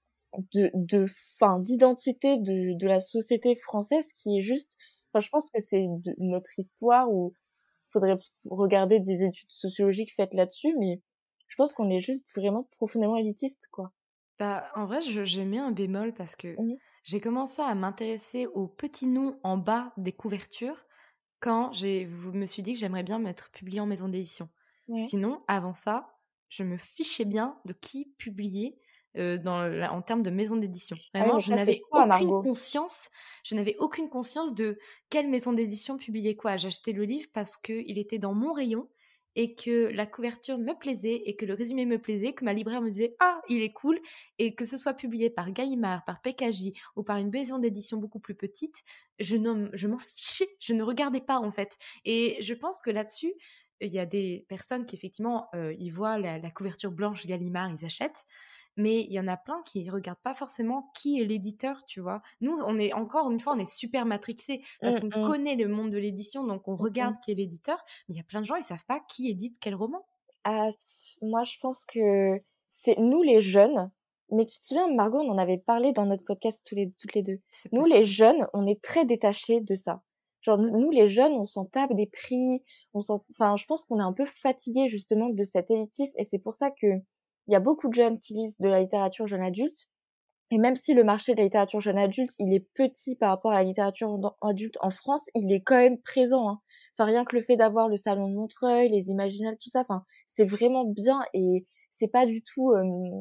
d'identité de la société française qui est juste... Enfin, je pense que c'est notre histoire où faudrait regarder des études sociologiques faites là-dessus, mais je pense qu'on est juste vraiment profondément élitiste, quoi. Bah, en vrai, j'ai mis un bémol parce que j'ai commencé à m'intéresser aux petits noms en bas des couvertures quand je me suis dit que j'aimerais bien m'être publié en maison d'édition. Sinon, avant ça, je me fichais bien de qui publiait en termes de maison d'édition. Vraiment, je n'avais aucune conscience de quelle maison d'édition publiait quoi. J'achetais le livre parce qu'il était dans mon rayon et que la couverture me plaisait et que le résumé me plaisait, que ma libraire me disait « Ah, il est cool !» et que ce soit publié par Gallimard, par PKJ ou par une maison d'édition beaucoup plus petite, je m'en fichais, je ne regardais pas en fait. Et je pense que là-dessus, il y a des personnes qui effectivement, ils voient la couverture blanche Gallimard, ils achètent. Mais il y en a plein qui ne regardent pas forcément qui est l'éditeur, tu vois. Nous, on est encore une fois, on est super matrixés parce qu'on connaît le monde de l'édition, donc on regarde qui est l'éditeur. Mais il y a plein de gens, ils ne savent pas qui édite quel roman. Moi, je pense que c'est nous les jeunes. Mais tu te souviens, Margot, on en avait parlé dans notre podcast toutes les deux. Nous, les jeunes, on est très détachés de ça. Genre, nous, les jeunes, on s'en tape des prix. Je pense qu'on est un peu fatigués, justement, de cet élitisme. Et c'est pour ça que il y a beaucoup de jeunes qui lisent de la littérature jeune adulte. Et même si le marché de la littérature jeune adulte, il est petit par rapport à la littérature adulte en France, il est quand même présent. Hein. Enfin, rien que le fait d'avoir le salon de Montreuil, les Imaginales, tout ça, c'est vraiment bien et c'est pas du tout...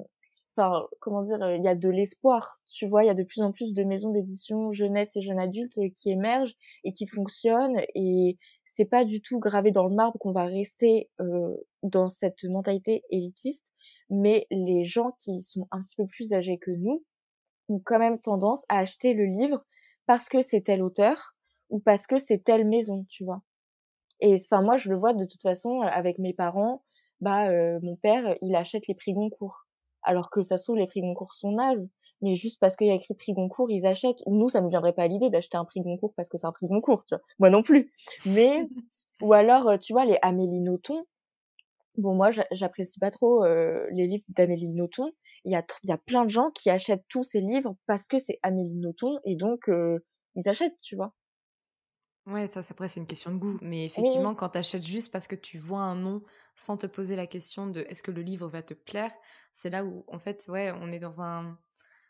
il y a de l'espoir, tu vois, il y a de plus en plus de maisons d'édition jeunesse et jeune adulte qui émergent et qui fonctionnent et c'est pas du tout gravé dans le marbre qu'on va rester dans cette mentalité élitiste, mais les gens qui sont un petit peu plus âgés que nous ont quand même tendance à acheter le livre parce que c'est tel auteur ou parce que c'est telle maison, tu vois. Et moi je le vois de toute façon avec mes parents, mon père, il achète les prix Goncourt. Alors que ça se trouve les prix Goncourt sont nazes, mais juste parce qu'il y a écrit prix Goncourt, ils achètent. Nous, ça ne viendrait pas à l'idée d'acheter un prix Goncourt parce que c'est un prix Goncourt, tu vois. Moi non plus. Mais ou alors tu vois les Amélie Nothomb. Bon, moi, j'apprécie pas trop les livres d'Amélie Nothomb. Il y a plein de gens qui achètent tous ces livres parce que c'est Amélie Nothomb et donc ils achètent, tu vois. Ouais, ça après, c'est une question de goût. Mais effectivement, quand tu achètes juste parce que tu vois un nom sans te poser la question de est-ce que le livre va te plaire, c'est là où, en fait, on est dans un...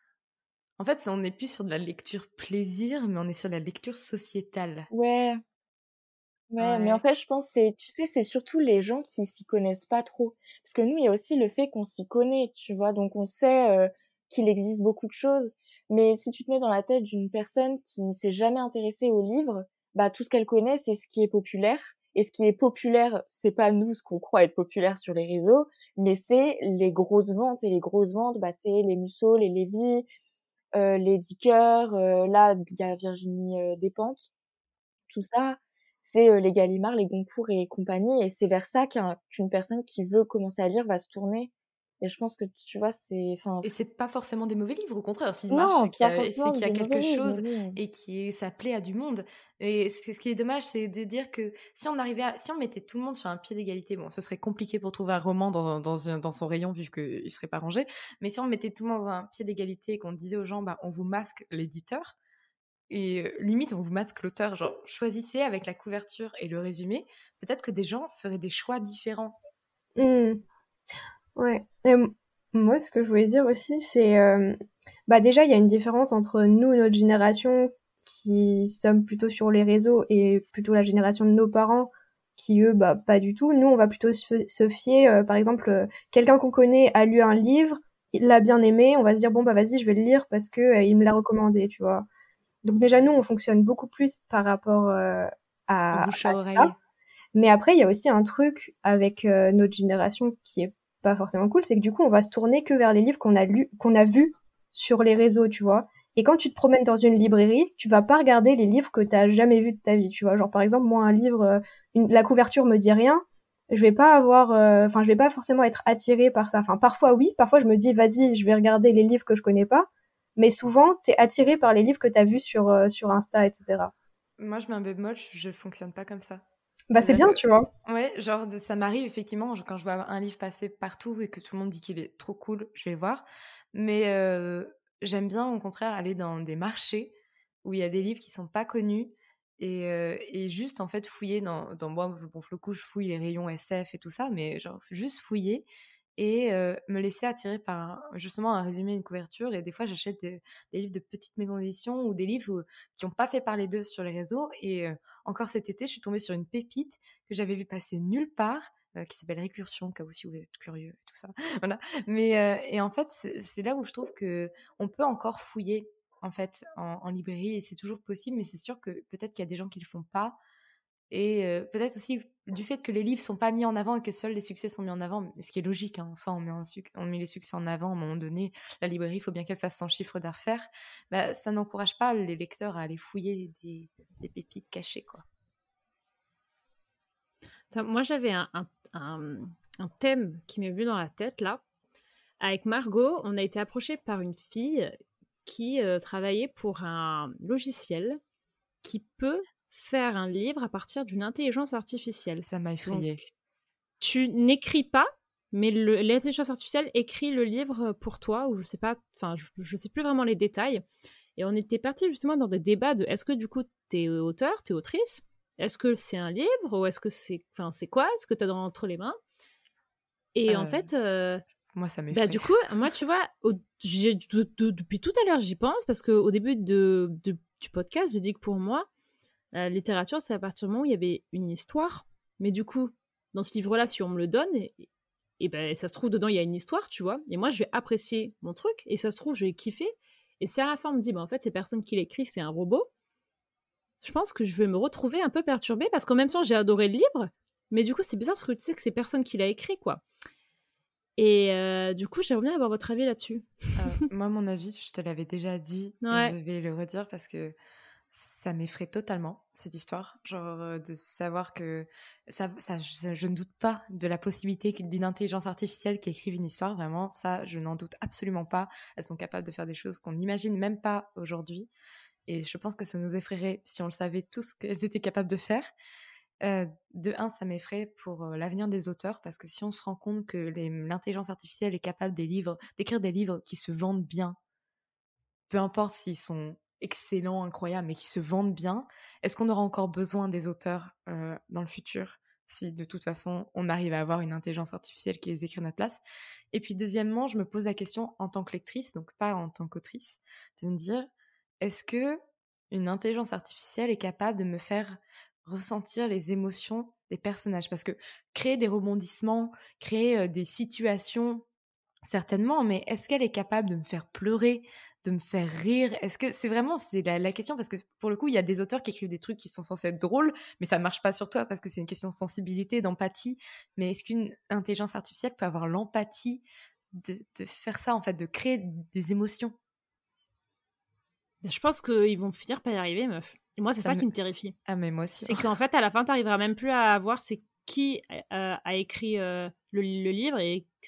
En fait, on n'est plus sur de la lecture plaisir, mais on est sur la lecture sociétale. Ouais, mais en fait, je pense c'est surtout les gens qui s'y connaissent pas trop. Parce que nous, il y a aussi le fait qu'on s'y connaît, tu vois. Donc, on sait qu'il existe beaucoup de choses. Mais si tu te mets dans la tête d'une personne qui ne s'est jamais intéressée aux livres, tout ce qu'elle connaît, c'est ce qui est populaire. Et ce qui est populaire, c'est pas nous ce qu'on croit être populaire sur les réseaux, mais c'est les grosses ventes. Et les grosses ventes, c'est les Musso, les Lévy, les Dicker, là, il y a Virginie Despentes. Tout ça, c'est les Gallimard, les Goncourt et compagnie, et c'est vers ça qu'une personne qui veut commencer à lire va se tourner. Et je pense que, tu vois, Et c'est pas forcément des mauvais livres, au contraire. S'ils Non, marchent, pas c'est forcément qu'il y a des quelque mauvais livres, chose mais oui. et ça plaît à du monde. Et ce qui est dommage, c'est de dire que si on mettait tout le monde sur un pied d'égalité, bon, ce serait compliqué pour trouver un roman dans son rayon vu qu'il serait pas rangé. Mais si on mettait tout le monde dans un pied d'égalité et qu'on disait aux gens, bah, on vous masque l'éditeur et limite on vous masque l'auteur, genre choisissez avec la couverture et le résumé, peut-être que des gens feraient des choix différents. Ouais. Et moi, ce que je voulais dire aussi, c'est bah déjà, il y a une différence entre nous, notre génération, qui sommes plutôt sur les réseaux, et plutôt la génération de nos parents, qui eux, bah pas du tout. Nous, on va plutôt se fier, par exemple, quelqu'un qu'on connaît a lu un livre, il l'a bien aimé, on va se dire bon bah vas-y, je vais le lire parce que il me l'a recommandé, tu vois. Donc déjà, nous, on fonctionne beaucoup plus par rapport Au à bouche à oreille. ça. Mais après, il y a aussi un truc avec notre génération qui est pas forcément cool, c'est que du coup, on va se tourner que vers les livres qu'on a vus sur les réseaux, tu vois. Et quand tu te promènes dans une librairie, tu vas pas regarder les livres que t'as jamais vus de ta vie, tu vois. Genre, par exemple, moi, un livre, la couverture me dit rien, je vais pas forcément être attirée par ça. Enfin, parfois oui, parfois je me dis, vas-y, je vais regarder les livres que je connais pas. Mais souvent, t'es attirée par les livres que t'as vus sur Insta, etc. Moi, je mets un bémol, je fonctionne pas comme ça. Bah, c'est bien, tu vois. Ouais, genre, ça m'arrive effectivement, quand je vois un livre passer partout et que tout le monde dit qu'il est trop cool, je vais le voir. Mais j'aime bien, au contraire, aller dans des marchés où il y a des livres qui sont pas connus et juste, en fait, fouiller moi, bon, pour le coup, je fouille les rayons SF et tout ça, mais genre, juste fouiller et me laisser attirer par justement un résumé, une couverture. Et des fois, j'achète des livres de petites maisons d'édition ou des livres qui n'ont pas fait parler d'eux sur les réseaux. Et encore cet été, je suis tombée sur une pépite que j'avais vue passer nulle part, qui s'appelle Récursion, au cas où si vous êtes curieux et tout ça. Voilà. Mais, et en fait, c'est là où je trouve qu'on peut encore fouiller en fait en librairie et c'est toujours possible, mais c'est sûr que peut-être qu'il y a des gens qui le font pas. Et peut-être aussi du fait que les livres sont pas mis en avant et que seuls les succès sont mis en avant, ce qui est logique, hein. Soit on met les succès en avant, à un moment donné, la librairie, il faut bien qu'elle fasse son chiffre d'affaires. Bah, ça n'encourage pas les lecteurs à aller fouiller des pépites cachées, quoi. Moi, j'avais un thème qui m'est venu dans la tête, là. Avec Margot, on a été approché par une fille qui travaillait pour un logiciel qui peut faire un livre à partir d'une intelligence artificielle. Ça m'a effrayée. Donc, tu n'écris pas, mais l'intelligence artificielle écrit le livre pour toi, ou je sais pas, enfin, je sais plus vraiment les détails. Et on était parti justement dans des débats de est-ce que du coup t'es auteur, t'es autrice, est-ce que c'est un livre, ou est-ce que c'est quoi, ce que t'as entre les mains. Et en fait, moi ça m'effraie. Bah, du coup, moi tu vois, depuis tout à l'heure j'y pense, parce qu'au début du podcast, j'ai dit que pour moi, la littérature, c'est à partir du moment où il y avait une histoire. Mais du coup, dans ce livre-là, si on me le donne, et ben, ça se trouve, dedans, il y a une histoire, tu vois. Et moi, je vais apprécier mon truc. Et ça se trouve, je vais kiffer. Et si à la fin, on me dit, bah, en fait, c'est personne qui l'écrit, c'est un robot, je pense que je vais me retrouver un peu perturbée. Parce qu'en même temps, j'ai adoré le livre. Mais du coup, c'est bizarre parce que tu sais que c'est personne qui l'a écrit, quoi. Et du coup, j'aimerais bien avoir votre avis là-dessus. Moi, mon avis, je te l'avais déjà dit. Ouais. Et je vais le redire parce que ça m'effraie totalement, cette histoire. Genre, de savoir que je ne doute pas de la possibilité d'une intelligence artificielle qui écrive une histoire. Vraiment, ça, je n'en doute absolument pas. Elles sont capables de faire des choses qu'on n'imagine même pas aujourd'hui. Et je pense que ça nous effraierait si on le savait tous qu'elles étaient capables de faire. De un, ça m'effraie pour l'avenir des auteurs, parce que si on se rend compte que l'intelligence artificielle est capable d'écrire des livres qui se vendent bien, peu importe s'ils sont excellents, incroyables, mais qui se vendent bien, est-ce qu'on aura encore besoin des auteurs dans le futur, si de toute façon on arrive à avoir une intelligence artificielle qui les écrit à notre place? Et puis deuxièmement, je me pose la question en tant que lectrice, donc pas en tant qu'autrice, de me dire, est-ce que une intelligence artificielle est capable de me faire ressentir les émotions des personnages? Parce que créer des rebondissements, créer des situations, certainement, mais est-ce qu'elle est capable de me faire pleurer, de me faire rire? Est-ce que c'est la question? Parce que pour le coup, il y a des auteurs qui écrivent des trucs qui sont censés être drôles, mais ça marche pas sur toi parce que c'est une question de sensibilité, d'empathie. Mais est-ce qu'une intelligence artificielle peut avoir l'empathie de faire ça, en fait, de créer des émotions? Je pense qu'ils vont finir par y arriver, meuf. Et moi, c'est ça qui me terrifie. Ah, mais moi aussi. C'est qu'en fait, à la fin, t'arriveras même plus à voir c'est qui a écrit le livre et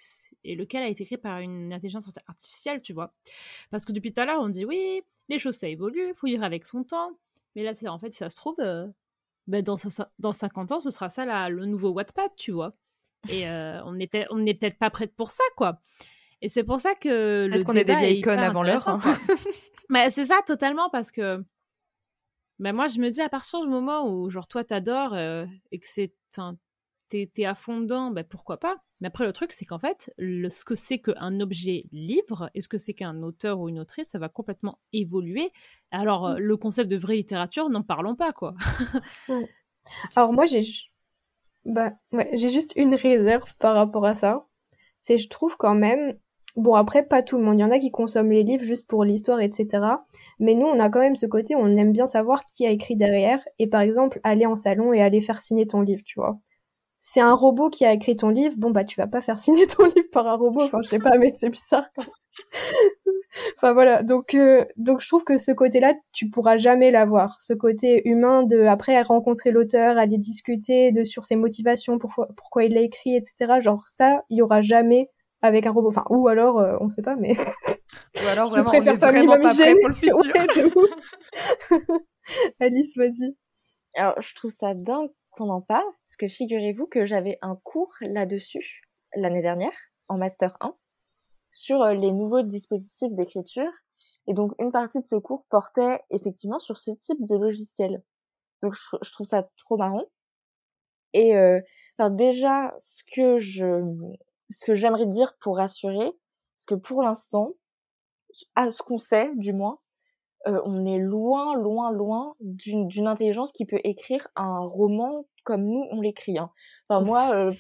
et lequel a été écrit par une intelligence artificielle, tu vois. Parce que depuis tout à l'heure, on dit oui, les choses ça évolue, il faut vivre avec son temps. Mais là, en fait, si ça se trouve, dans 50 ans, ce sera ça le nouveau Wattpad, tu vois. Et on n'est peut-être pas prête pour ça, quoi. Et c'est pour ça que Peut-être qu'on est des vieilles connes avant l'heure. Hein. Mais c'est ça, totalement, parce que moi, je me dis, à partir du moment où, genre, toi, t'adores et que t'es à fond dedans, pourquoi pas. Mais après, le truc, c'est qu'en fait, ce que c'est qu'un objet livre et ce que c'est qu'un auteur ou une autrice, ça va complètement évoluer. Alors, le concept de vraie littérature, n'en parlons pas, quoi. Ouais. Alors moi, j'ai juste une réserve par rapport à ça. C'est, je trouve quand même, bon après, pas tout le monde. Il y en a qui consomment les livres juste pour l'histoire, etc. Mais nous, on a quand même ce côté où on aime bien savoir qui a écrit derrière. Et par exemple, aller en salon et aller faire signer ton livre, tu vois. C'est un robot qui a écrit ton livre, bon bah tu vas pas faire signer ton livre par un robot, enfin je sais pas, mais c'est bizarre. Enfin voilà, donc je trouve que ce côté-là, tu pourras jamais l'avoir. Ce côté humain de après rencontrer l'auteur, aller discuter sur ses motivations, pourquoi il l'a écrit, etc. Genre ça, il y aura jamais avec un robot. Enfin ou alors on sait pas, mais ou alors vraiment on est vraiment pas prêt pour le futur. Ouais, de ouf. Alice, vas-y. Alors je trouve ça dingue qu'on en parle, parce que figurez-vous que j'avais un cours là-dessus l'année dernière, en Master 1, sur les nouveaux dispositifs d'écriture. Et donc, une partie de ce cours portait effectivement sur ce type de logiciel. Donc, je trouve ça trop marrant. Et déjà, ce que j'aimerais dire pour rassurer, c'est que pour l'instant, à ce qu'on sait, du moins, on est loin, loin, loin d'une intelligence qui peut écrire un roman comme nous, on l'écrit. Hein. Enfin, moi,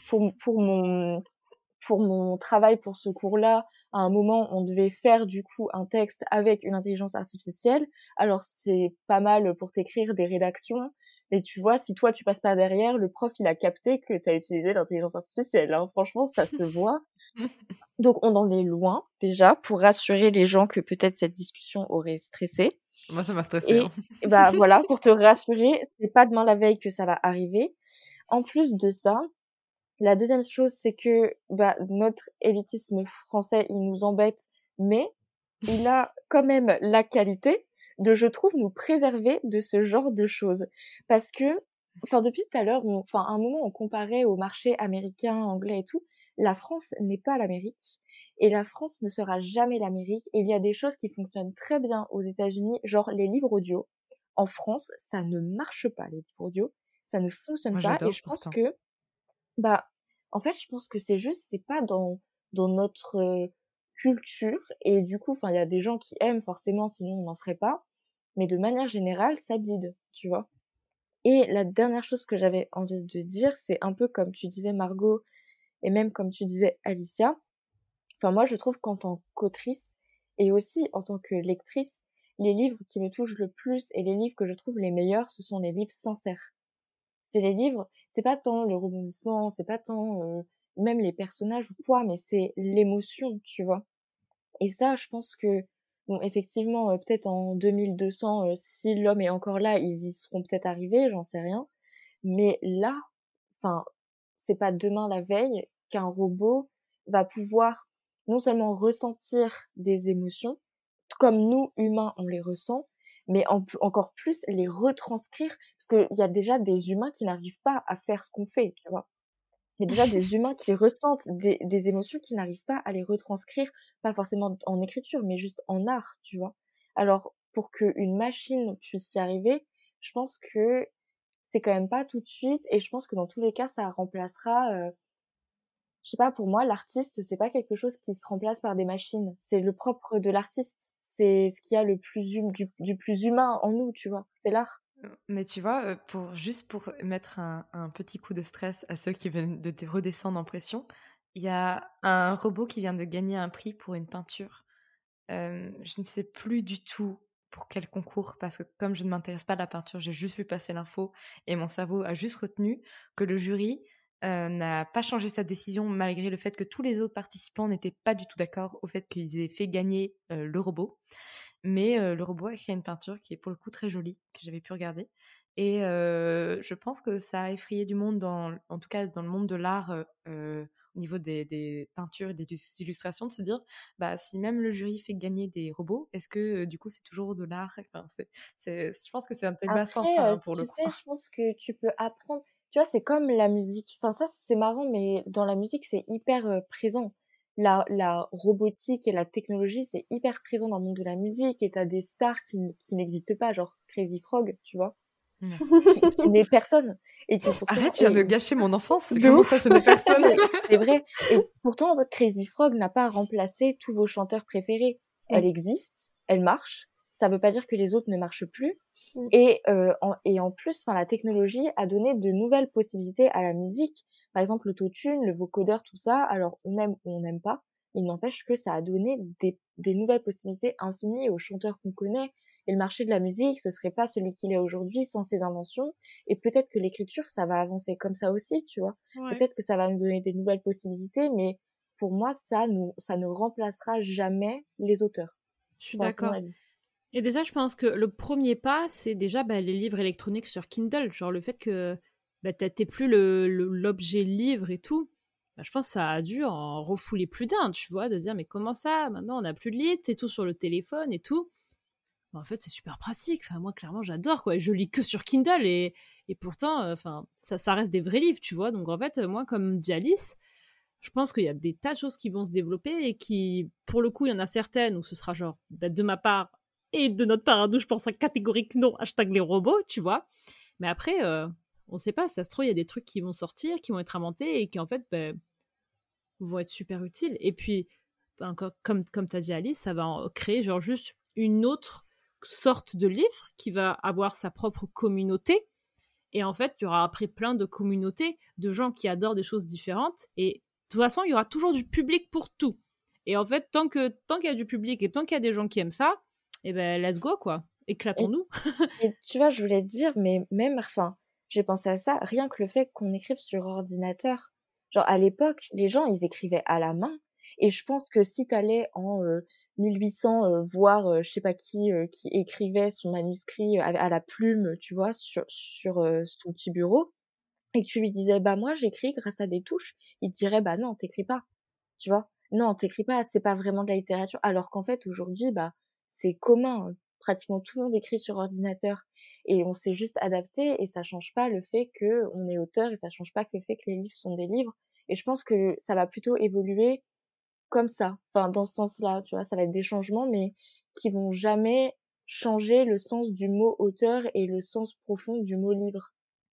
pour mon travail pour ce cours-là, à un moment, on devait faire du coup un texte avec une intelligence artificielle. Alors, c'est pas mal pour t'écrire des rédactions. Mais tu vois, si toi, tu passes pas derrière, le prof, il a capté que tu as utilisé l'intelligence artificielle. Hein. Franchement, ça se voit. Donc, on en est loin, déjà, pour rassurer les gens que peut-être cette discussion aurait stressé. Moi, ça m'a stressé. Et bah voilà, pour te rassurer, c'est pas demain la veille que ça va arriver. En plus de ça, la deuxième chose, c'est que notre élitisme français, il nous embête, mais il a quand même la qualité de, je trouve, nous préserver de ce genre de choses. Parce que, depuis tout à l'heure, à un moment, on comparait au marché américain, anglais et tout. La France n'est pas l'Amérique. Et la France ne sera jamais l'Amérique. Et il y a des choses qui fonctionnent très bien aux États-Unis, genre les livres audio. En France, ça ne marche pas, les livres audio. Ça ne fonctionne pas. Et je pense que, en fait, je pense que c'est pas dans notre culture. Et du coup, il y a des gens qui aiment forcément, sinon on n'en ferait pas. Mais de manière générale, ça bide, tu vois. Et la dernière chose que j'avais envie de dire, c'est un peu comme tu disais Margot, et même comme tu disais Alicia. Moi, je trouve qu'en tant qu'autrice, et aussi en tant que lectrice, les livres qui me touchent le plus et les livres que je trouve les meilleurs, ce sont les livres sincères. C'est les livres, c'est pas tant le rebondissement, c'est pas tant même les personnages ou quoi, mais c'est l'émotion, tu vois. Et ça, je pense que, bon, effectivement, peut-être en 2200, si l'homme est encore là, ils y seront peut-être arrivés, j'en sais rien. Mais là, c'est pas demain la veille qu'un robot va pouvoir non seulement ressentir des émotions, comme nous, humains, on les ressent, mais encore plus les retranscrire, parce qu'il y a déjà des humains qui n'arrivent pas à faire ce qu'on fait, tu vois. Il y a déjà des humains qui ressentent des émotions qui n'arrivent pas à les retranscrire, pas forcément en écriture, mais juste en art, tu vois. Alors, pour qu'une machine puisse y arriver, je pense que c'est quand même pas tout de suite, et je pense que dans tous les cas, ça remplacera... je sais pas, pour moi, l'artiste, c'est pas quelque chose qui se remplace par des machines. C'est le propre de l'artiste. C'est ce qu'il y a le plus du plus humain en nous, tu vois. C'est l'art. Mais tu vois, pour mettre un petit coup de stress à ceux qui viennent de redescendre en pression, il y a un robot qui vient de gagner un prix pour une peinture. Je ne sais plus du tout pour quel concours, parce que comme je ne m'intéresse pas à la peinture, j'ai juste vu passer l'info et mon cerveau a juste retenu que le jury n'a pas changé sa décision malgré le fait que tous les autres participants n'étaient pas du tout d'accord au fait qu'ils aient fait gagner le robot. Mais le robot a créé une peinture qui est pour le coup très jolie, que j'avais pu regarder. Et je pense que ça a effrayé du monde, en tout cas dans le monde de l'art, niveau des peintures et des illustrations, de se dire, bah, si même le jury fait gagner des robots, est-ce que du coup c'est toujours de l'art? Enfin, je pense que c'est un débat sans Après, fin, hein, pour le tu coup. sais, je pense que tu peux apprendre. Tu vois, c'est comme la musique. Enfin, ça, c'est marrant, mais dans la musique, c'est hyper présent. La robotique et la technologie, c'est hyper présent dans le monde de la musique. Et t'as des stars qui n'existent pas, genre Crazy Frog, tu vois, Ouais. qui n'est personne. Et qui pourtant, Arrête, tu viens de gâcher mon enfance. De Comment ouf. ça, ce n'est personne? Mais c'est vrai. Et pourtant, votre Crazy Frog n'a pas remplacé tous vos chanteurs préférés. Elle existe, elle marche. Ça veut pas dire que les autres ne marchent plus. Et en plus, enfin, la technologie a donné de nouvelles possibilités à la musique. Par exemple, l'autotune, le vocodeur, tout ça. Alors, on aime ou on n'aime pas. Il n'empêche que ça a donné des nouvelles possibilités infinies aux chanteurs qu'on connaît. Et le marché de la musique, ce serait pas celui qu'il est aujourd'hui sans ces inventions. Et peut-être que l'écriture, ça va avancer comme ça aussi, tu vois. Ouais. Peut-être que ça va nous donner des nouvelles possibilités, mais pour moi, ça ne remplacera jamais les auteurs. Je suis Enfin, c'est mon d'accord. avis. Et déjà, je pense que le premier pas, c'est déjà les livres électroniques sur Kindle. Genre le fait que t'aies plus l'objet livre et tout. Bah, je pense que ça a dû en refouler plus d'un, tu vois, de dire mais comment ça? Maintenant, on n'a plus de livre, c'est tout sur le téléphone et tout. Bah, en fait, c'est super pratique. Enfin, moi, clairement, j'adore, quoi. Je lis que sur Kindle et pourtant, enfin, ça reste des vrais livres, tu vois. Donc, en fait, moi, comme dit Alice, je pense qu'il y a des tas de choses qui vont se développer et qui, pour le coup, il y en a certaines où ce sera genre, de ma part et de notre part à nous, je pense un catégorique non, hashtag les robots, tu vois. Mais après, on sait pas, ça se trouve, il y a des trucs qui vont sortir, qui vont être inventés et qui, en fait, vont être super utiles. Et puis, comme tu as dit Alice, ça va créer genre juste une autre sorte de livre qui va avoir sa propre communauté. Et en fait, il y aura après plein de communautés de gens qui adorent des choses différentes. Et de toute façon, il y aura toujours du public pour tout. Et en fait, tant qu'il y a du public et tant qu'il y a des gens qui aiment ça, eh ben, let's go, quoi. Éclatons-nous. Et tu vois, je voulais te dire, mais même, enfin, j'ai pensé à ça, rien que le fait qu'on écrive sur ordinateur. Genre, à l'époque, les gens, ils écrivaient à la main. Et je pense que si t'allais en 1800 voir je sais pas qui écrivait son manuscrit à la plume, tu vois, sur son petit bureau, et que tu lui disais, bah moi, j'écris grâce à des touches, il te dirait, bah non, t'écris pas, tu vois. Non, t'écris pas, c'est pas vraiment de la littérature. Alors qu'en fait, aujourd'hui, bah, c'est commun. Pratiquement tout le monde écrit sur ordinateur. Et on s'est juste adapté et ça change pas le fait que on est auteur et ça change pas que le fait que les livres sont des livres. Et je pense que ça va plutôt évoluer comme ça. Enfin, dans ce sens-là, tu vois, ça va être des changements, mais qui vont jamais changer le sens du mot auteur et le sens profond du mot livre.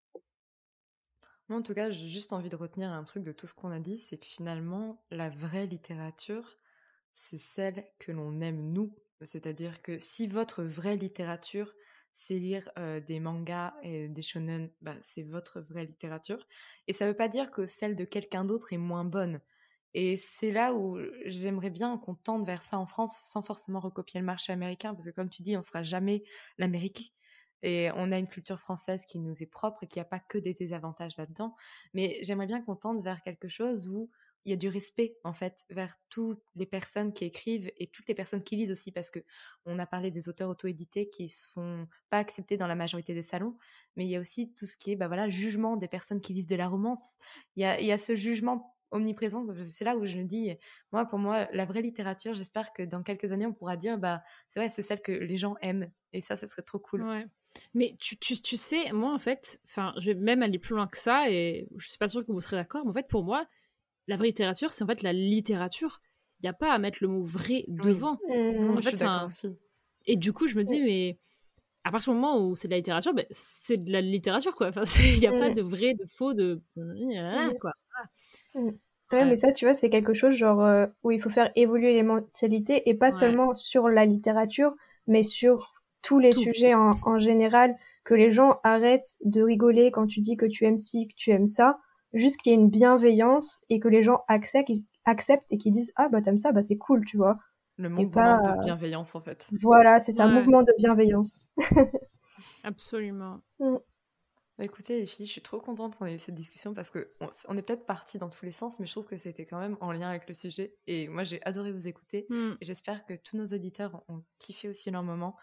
Moi, en tout cas, j'ai juste envie de retenir un truc de tout ce qu'on a dit, c'est que finalement, la vraie littérature, c'est celle que l'on aime nous. C'est-à-dire que si votre vraie littérature, c'est lire des mangas et des shonen, bah, c'est votre vraie littérature. Et ça veut pas dire que celle de quelqu'un d'autre est moins bonne. Et c'est là où j'aimerais bien qu'on tende vers ça en France sans forcément recopier le marché américain, parce que comme tu dis, on sera jamais l'Amérique. Et on a une culture française qui nous est propre et qui n'a pas que des désavantages là-dedans. Mais j'aimerais bien qu'on tende vers quelque chose où il y a du respect, en fait, vers toutes les personnes qui écrivent et toutes les personnes qui lisent aussi, parce que on a parlé des auteurs auto-édités qui se font pas accepter dans la majorité des salons, mais il y a aussi tout ce qui est, bah voilà, jugement des personnes qui lisent de la romance. Il y a ce jugement omniprésent. C'est là où je me dis, moi, pour moi, la vraie littérature, j'espère que dans quelques années, on pourra dire, bah, c'est vrai, c'est celle que les gens aiment. Et ça serait trop cool. Ouais. Mais tu sais, moi, en fait, je vais même aller plus loin que ça, et je suis pas sûre que vous serez d'accord, mais en fait, pour moi, la vraie littérature, c'est en fait la littérature. Il n'y a pas à mettre le mot vrai devant. Non, En je fait, suis d'accord aussi. Et du coup, je me dis, mais à partir du moment où c'est de la littérature, ben, c'est de la littérature, quoi. Enfin, il n'y a pas de vrai, de faux, de... quoi. Ouais, mais ça, tu vois, c'est quelque chose genre où il faut faire évoluer les mentalités et pas seulement sur la littérature, mais sur tous les sujets en général, que les gens arrêtent de rigoler quand tu dis que tu aimes ci, que tu aimes ça, juste qu'il y ait une bienveillance et que les gens acceptent et qu'ils disent ah bah t'aimes ça, bah c'est cool, tu vois. Le mouvement de bienveillance, en fait. Voilà, c'est ça, mouvement de bienveillance. Absolument. Bah écoutez les filles, je suis trop contente qu'on ait eu cette discussion parce qu'on est peut-être partis dans tous les sens, mais je trouve que c'était quand même en lien avec le sujet. Et moi, j'ai adoré vous écouter. Et j'espère que tous nos auditeurs ont kiffé aussi leur moment.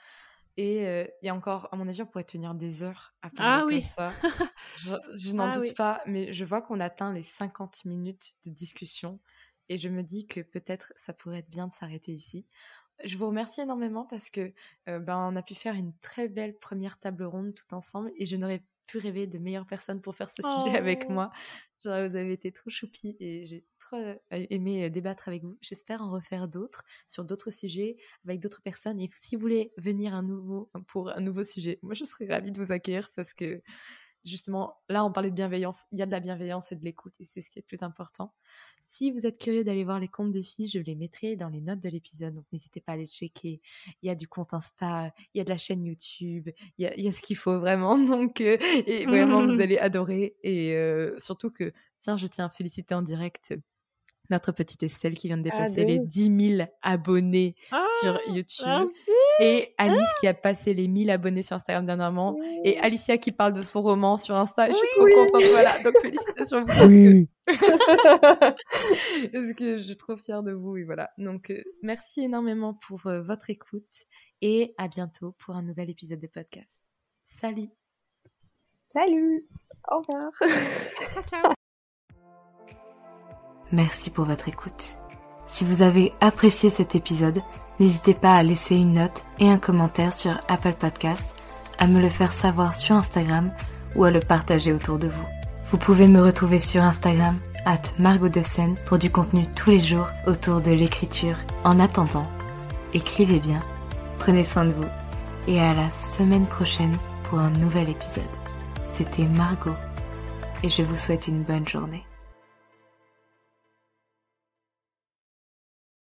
Et il y a encore, à mon avis, on pourrait tenir des heures à parler comme ça. Je n'en doute pas, mais je vois qu'on atteint les 50 minutes de discussion et je me dis que peut-être ça pourrait être bien de s'arrêter ici. Je vous remercie énormément parce que on a pu faire une très belle première table ronde tout ensemble et je n'aurais pu rêver de meilleures personnes pour faire ce sujet avec moi. Genre, vous avez été trop choupis et j'ai trop aimé débattre avec vous. J'espère en refaire d'autres sur d'autres sujets avec d'autres personnes. Et si vous voulez venir pour un nouveau sujet, moi je serais ravie de vous accueillir parce que justement, là on parlait de bienveillance. Il y a de la bienveillance et de l'écoute et c'est ce qui est le plus important. Si vous êtes curieux d'aller voir les comptes des filles, je les mettrai dans les notes de l'épisode. Donc n'hésitez pas à les checker. Il y a du compte Insta, il y a de la chaîne YouTube, il y a ce qu'il faut vraiment. Donc et vraiment vous allez adorer. Et surtout que, je tiens à féliciter en direct notre petite Estelle qui vient de dépasser les 10 000 abonnés sur YouTube. Merci. Et Alice qui a passé les 1000 abonnés sur Instagram dernièrement. Et Alicia qui parle de son roman sur Insta. Et je suis trop contente. Voilà. Donc félicitations à vous. Parce que je suis trop fière de vous. Et voilà. Donc merci énormément pour votre écoute. Et à bientôt pour un nouvel épisode de podcast. Salut. Salut. Au revoir. Ciao. Merci pour votre écoute. Si vous avez apprécié cet épisode, n'hésitez pas à laisser une note et un commentaire sur Apple Podcast, à me le faire savoir sur Instagram ou à le partager autour de vous. Vous pouvez me retrouver sur Instagram @margotdescène pour du contenu tous les jours autour de l'écriture. En attendant, écrivez bien, prenez soin de vous et à la semaine prochaine pour un nouvel épisode. C'était Margot et je vous souhaite une bonne journée.